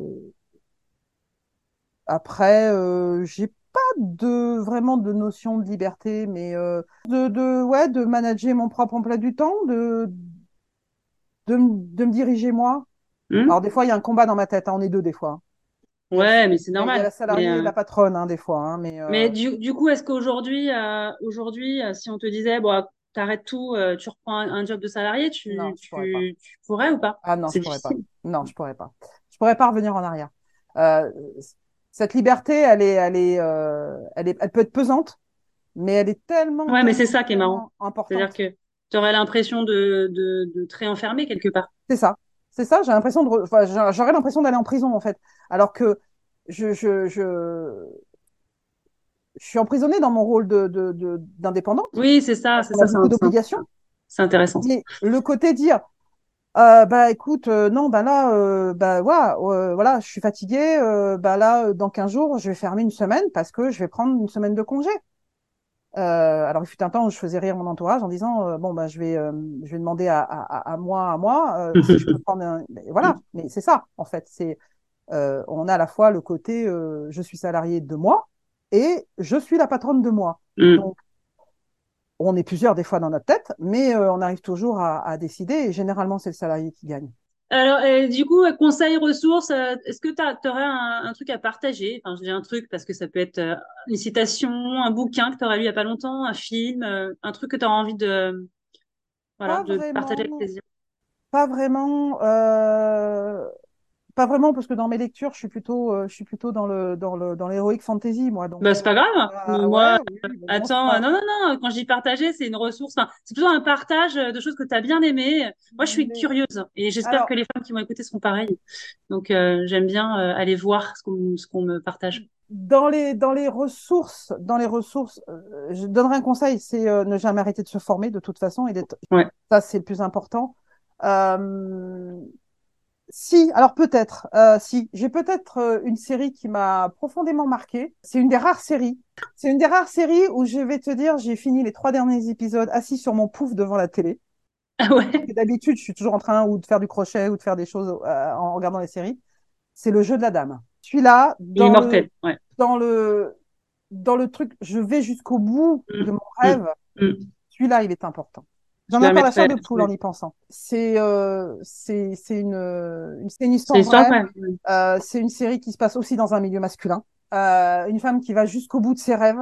Après, euh, j'ai pas de vraiment de notion de liberté, mais euh, de, de ouais, de manager mon propre emploi du temps, de de, m- de me diriger moi. Hmm. Alors des fois, il y a un combat dans ma tête, hein, on est deux des fois. Il y a, le- Ouais, mais c'est il y a normal. la Mais, salariée et euh, la patronne, hein, des fois, hein, mais mais euh, du, du coup, est-ce qu'aujourd'hui, euh, aujourd'hui, euh, si on te disait, bon, t'arrêtes tout, euh, tu reprends un, un job de salarié, non, tu, je pourrais pas. tu, tu pourrais ou pas? Ah non, C'est je pourrais pas. difficile. Non, je pourrais pas. Je pourrais pas revenir en arrière. Euh, cette liberté, elle est, elle est, euh, elle est, elle peut être pesante, mais elle est tellement, Ouais, mais c'est tellement, ça qui est marrant. tellement C'est-à-dire importante. que tu aurais l'impression de, de, de te réenfermer quelque part. C'est ça. C'est ça, j'ai l'impression de, re- enfin, j'a- j'aurais l'impression d'aller en prison, en fait. Alors que je, je, je, je suis emprisonnée dans mon rôle de, de, de- d'indépendante, Oui, c'est ça, parce c'est qu'on a ça, c'est beaucoup un- c'est un- d'obligations. c'est intéressant. Mais le côté dire, euh, bah écoute, euh, non, bah là, euh, bah voilà, euh, voilà, je suis fatiguée, euh, bah là, euh, dans quinze jours, je vais fermer une semaine parce que je vais prendre une semaine de congé. Euh, alors, il fut un temps où je faisais rire mon entourage en disant, euh, bon, bah, je vais, euh, je vais demander à, à, à moi, à moi, euh, si je peux prendre un... Mais voilà, mais c'est ça, en fait. C'est, euh, on a à la fois le côté, euh, je suis salarié de moi et je suis la patronne de moi. Mm. Donc, on est plusieurs des fois dans notre tête, mais euh, on arrive toujours à, à décider et généralement, c'est le salarié qui gagne. Alors, et du coup, euh, conseil ressources, euh, est-ce que tu aurais un, un truc à partager? Enfin, je dis un truc parce que ça peut être euh, une citation, un bouquin que tu aurais lu il y a pas longtemps, un film, euh, un truc que tu auras envie de, voilà, Pas de partager avec vraiment, plaisir. pas vraiment. Euh, pas vraiment, parce que dans mes lectures, je suis plutôt, euh, je suis plutôt dans le, dans le, dans l'heroic fantasy, moi. Donc, Bah, c'est pas grave. ah, Moi, ouais, oui, mais bon, c'est attends, euh, pas. non, non, non, quand je dis partager, c'est une ressource, enfin, c'est plutôt un partage euh, de choses que tu as bien aimées. Moi, je suis Mais curieuse et j'espère que alors, les femmes qui vont écouter seront pareilles. Donc, euh, j'aime bien euh, aller voir ce qu'on ce qu'on me partage. dans les, dans les ressources, dans les ressources, euh, je donnerai un conseil, c'est euh, ne jamais arrêter de se former, de toute façon, et d'être, Ouais. ça, c'est le plus important. Euh, Si, alors peut-être, euh, si, j'ai peut-être euh, une série qui m'a profondément marquée. C'est une des rares séries. C'est une des rares séries où je vais te dire, j'ai fini les trois derniers épisodes assis sur mon pouf devant la télé. Ah ouais, Et d'habitude, je suis toujours en train ou de faire du crochet ou de faire des choses euh, en regardant les séries. C'est le jeu de la dame. Celui-là, dans le, immortel. Ouais. dans le, dans le truc, je vais jusqu'au bout de Mm, mon mm, rêve. mm. Celui-là, il est important. Je J'en ai la encore la chair mettrai. de poule Ouais. en y pensant. C'est euh, c'est c'est une, une, c'est une C'est histoire l'histoire vraie. vraie. Ouais. Euh, c'est une série qui se passe aussi dans un milieu masculin. Euh, une femme qui va jusqu'au bout de ses rêves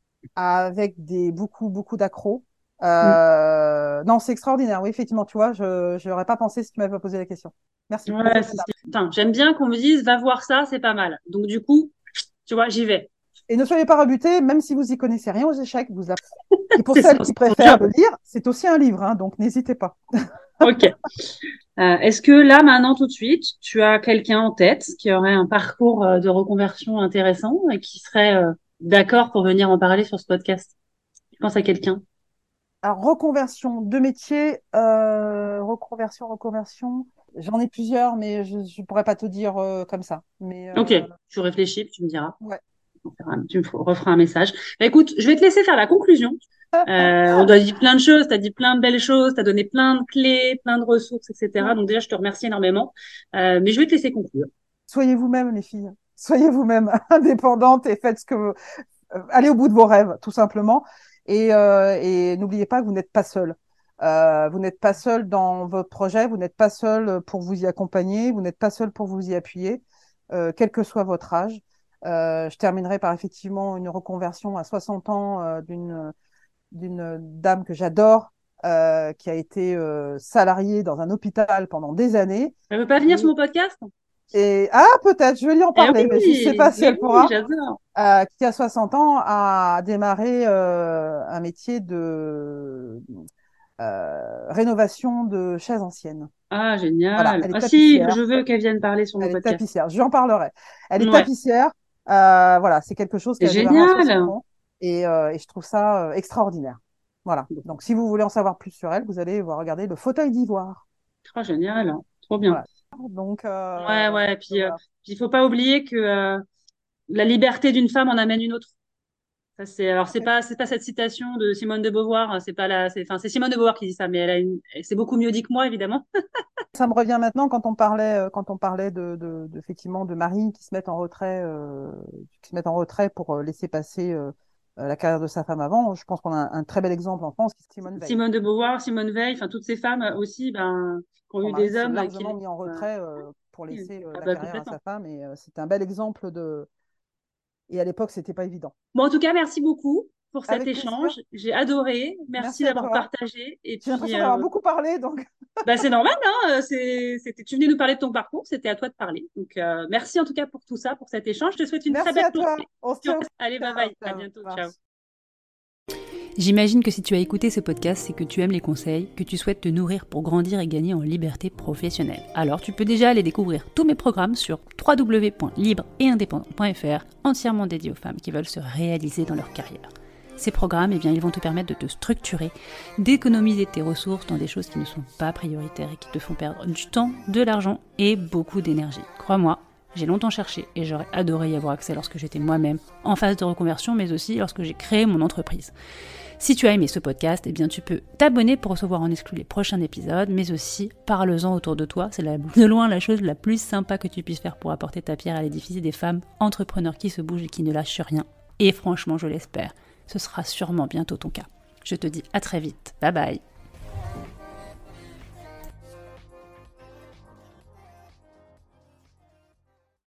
avec des beaucoup beaucoup d'accros. Mm. Euh, non, c'est extraordinaire. Oui, effectivement, tu vois, je je n'aurais pas pensé si tu m'avais pas posé la question. Merci. Le jeu Ouais, de la si, dame. si. Putain, j'aime bien qu'on me dise, va voir ça, c'est pas mal. Donc, du coup, tu vois, j'y vais. Et ne soyez pas rebutés, même si vous y connaissez rien aux échecs, vous apprenez. Et pour C'est ça, celles qui c'est ton préfèrent job. le lire, c'est aussi un livre, hein, donc n'hésitez pas. Ok. Euh, est-ce que là, maintenant, tout de suite, tu as quelqu'un en tête qui aurait un parcours euh, de reconversion intéressant et qui serait euh, d'accord pour venir en parler sur ce podcast? Tu penses à quelqu'un? Alors, reconversion de métier, euh, reconversion, reconversion. J'en ai plusieurs, mais je ne pourrais pas te dire euh, comme ça. Mais Ok, euh, tu réfléchis, puis tu me diras. ouais. On fera un- Tu me f- referas un message. Bah, écoute, je vais te laisser faire la conclusion. Euh, on a dit plein de choses, tu as dit plein de belles choses, tu as donné plein de clés, plein de ressources, et cetera. Donc déjà, je te remercie énormément. Euh, mais je vais te laisser conclure. Soyez vous-même, les filles. Soyez vous-même indépendantes et faites ce que vous... euh, allez au bout de vos rêves, tout simplement. Et, euh, et n'oubliez pas que vous n'êtes pas seul. Euh, vous n'êtes pas seul dans votre projet, vous n'êtes pas seul pour vous y accompagner, vous n'êtes pas seul pour vous y appuyer, euh, quel que soit votre âge. Euh, je terminerai par effectivement une reconversion à soixante ans euh, d'une d'une dame que j'adore, euh, qui a été euh, salariée dans un hôpital pendant des années. Elle veut pas venir sur Et mon podcast? Et ah, peut-être, je vais lui en Eh parler, mais je ne sais oui, pas si mais elle oui, pourra. j'adore. Euh, qui a soixante ans, a démarré euh, un métier de euh, rénovation de chaises anciennes. Ah, Voilà, génial. elle est Ah si, tapissière. je veux qu'elle vienne parler sur mon Elle est podcast. tapissière. Je lui en parlerai. Elle est Ouais, tapissière. Euh, voilà, c'est quelque chose c'est qu'elle a démarré à soixante génial. ans et, euh, et je trouve ça euh, extraordinaire. Voilà. Bon, Donc, si vous voulez en savoir plus sur elle, vous allez voir regarder le fauteuil d'ivoire. ah, génial. Trop bien. Voilà. Donc, Ouais, euh, ouais. Puis, euh, voilà. puis il faut pas oublier que euh, la liberté d'une femme en amène une autre. Ça, c'est, alors, c'est pas, c'est pas cette citation de Simone de Beauvoir. hein, C'est pas la, c'est, enfin, c'est Simone de Beauvoir qui dit ça, mais elle a une, c'est beaucoup mieux dit que moi, évidemment. Ça me revient maintenant quand on parlait, euh, quand on parlait de, de, de- effectivement de maris qui se mettent en retrait, euh, qui se mettent en retrait pour euh, laisser passer euh, euh, la carrière de sa femme avant. Je pense qu'on a un, un très bel exemple en France, qui est Simone Veil. Simone de Beauvoir, Simone Veil, enfin, toutes ces femmes aussi, ben, qui ont Son eu mari des s'est hommes qui largement les, mis en euh, retrait euh, pour oui, laisser euh, ah la bah, carrière à sa complètement. femme, et euh, c'était un bel exemple de. Et à l'époque, c'était pas évident. Bon, en tout cas, merci beaucoup pour cet Avec plaisir. échange. J'ai adoré. Merci Merci à d'avoir toi. partagé. Et J'ai puis, l'impression d'avoir euh, beaucoup parlé, donc bah, c'est normal, hein, c'est, c'était, tu venais nous parler de ton parcours, c'était à toi de parler. Donc, euh, merci en tout cas pour tout ça, pour cet échange. Je te souhaite une très merci belle à toi. journée. On se tient au Allez, bye ciao, bye. À ciao. bientôt. Ça Ciao. marche. J'imagine que si tu as écouté ce podcast, c'est que tu aimes les conseils, que tu souhaites te nourrir pour grandir et gagner en liberté professionnelle. Alors tu peux déjà aller découvrir tous mes programmes sur w w w point libre et indépendant point f r, entièrement dédiés aux femmes qui veulent se réaliser dans leur carrière. Ces programmes, eh bien, ils vont te permettre de te structurer, d'économiser tes ressources dans des choses qui ne sont pas prioritaires et qui te font perdre du temps, de l'argent et beaucoup d'énergie. Crois-moi, j'ai longtemps cherché et j'aurais adoré y avoir accès lorsque j'étais moi-même en phase de reconversion, mais aussi lorsque j'ai créé mon entreprise. Si tu as aimé ce podcast, eh bien tu peux t'abonner pour recevoir en exclu les prochains épisodes, mais aussi parle-en autour de toi. C'est la, de loin la chose la plus sympa que tu puisses faire pour apporter ta pierre à l'édifice des femmes entrepreneurs qui se bougent et qui ne lâchent rien. Et franchement, je l'espère, ce sera sûrement bientôt ton cas. Je te dis à très vite. Bye bye.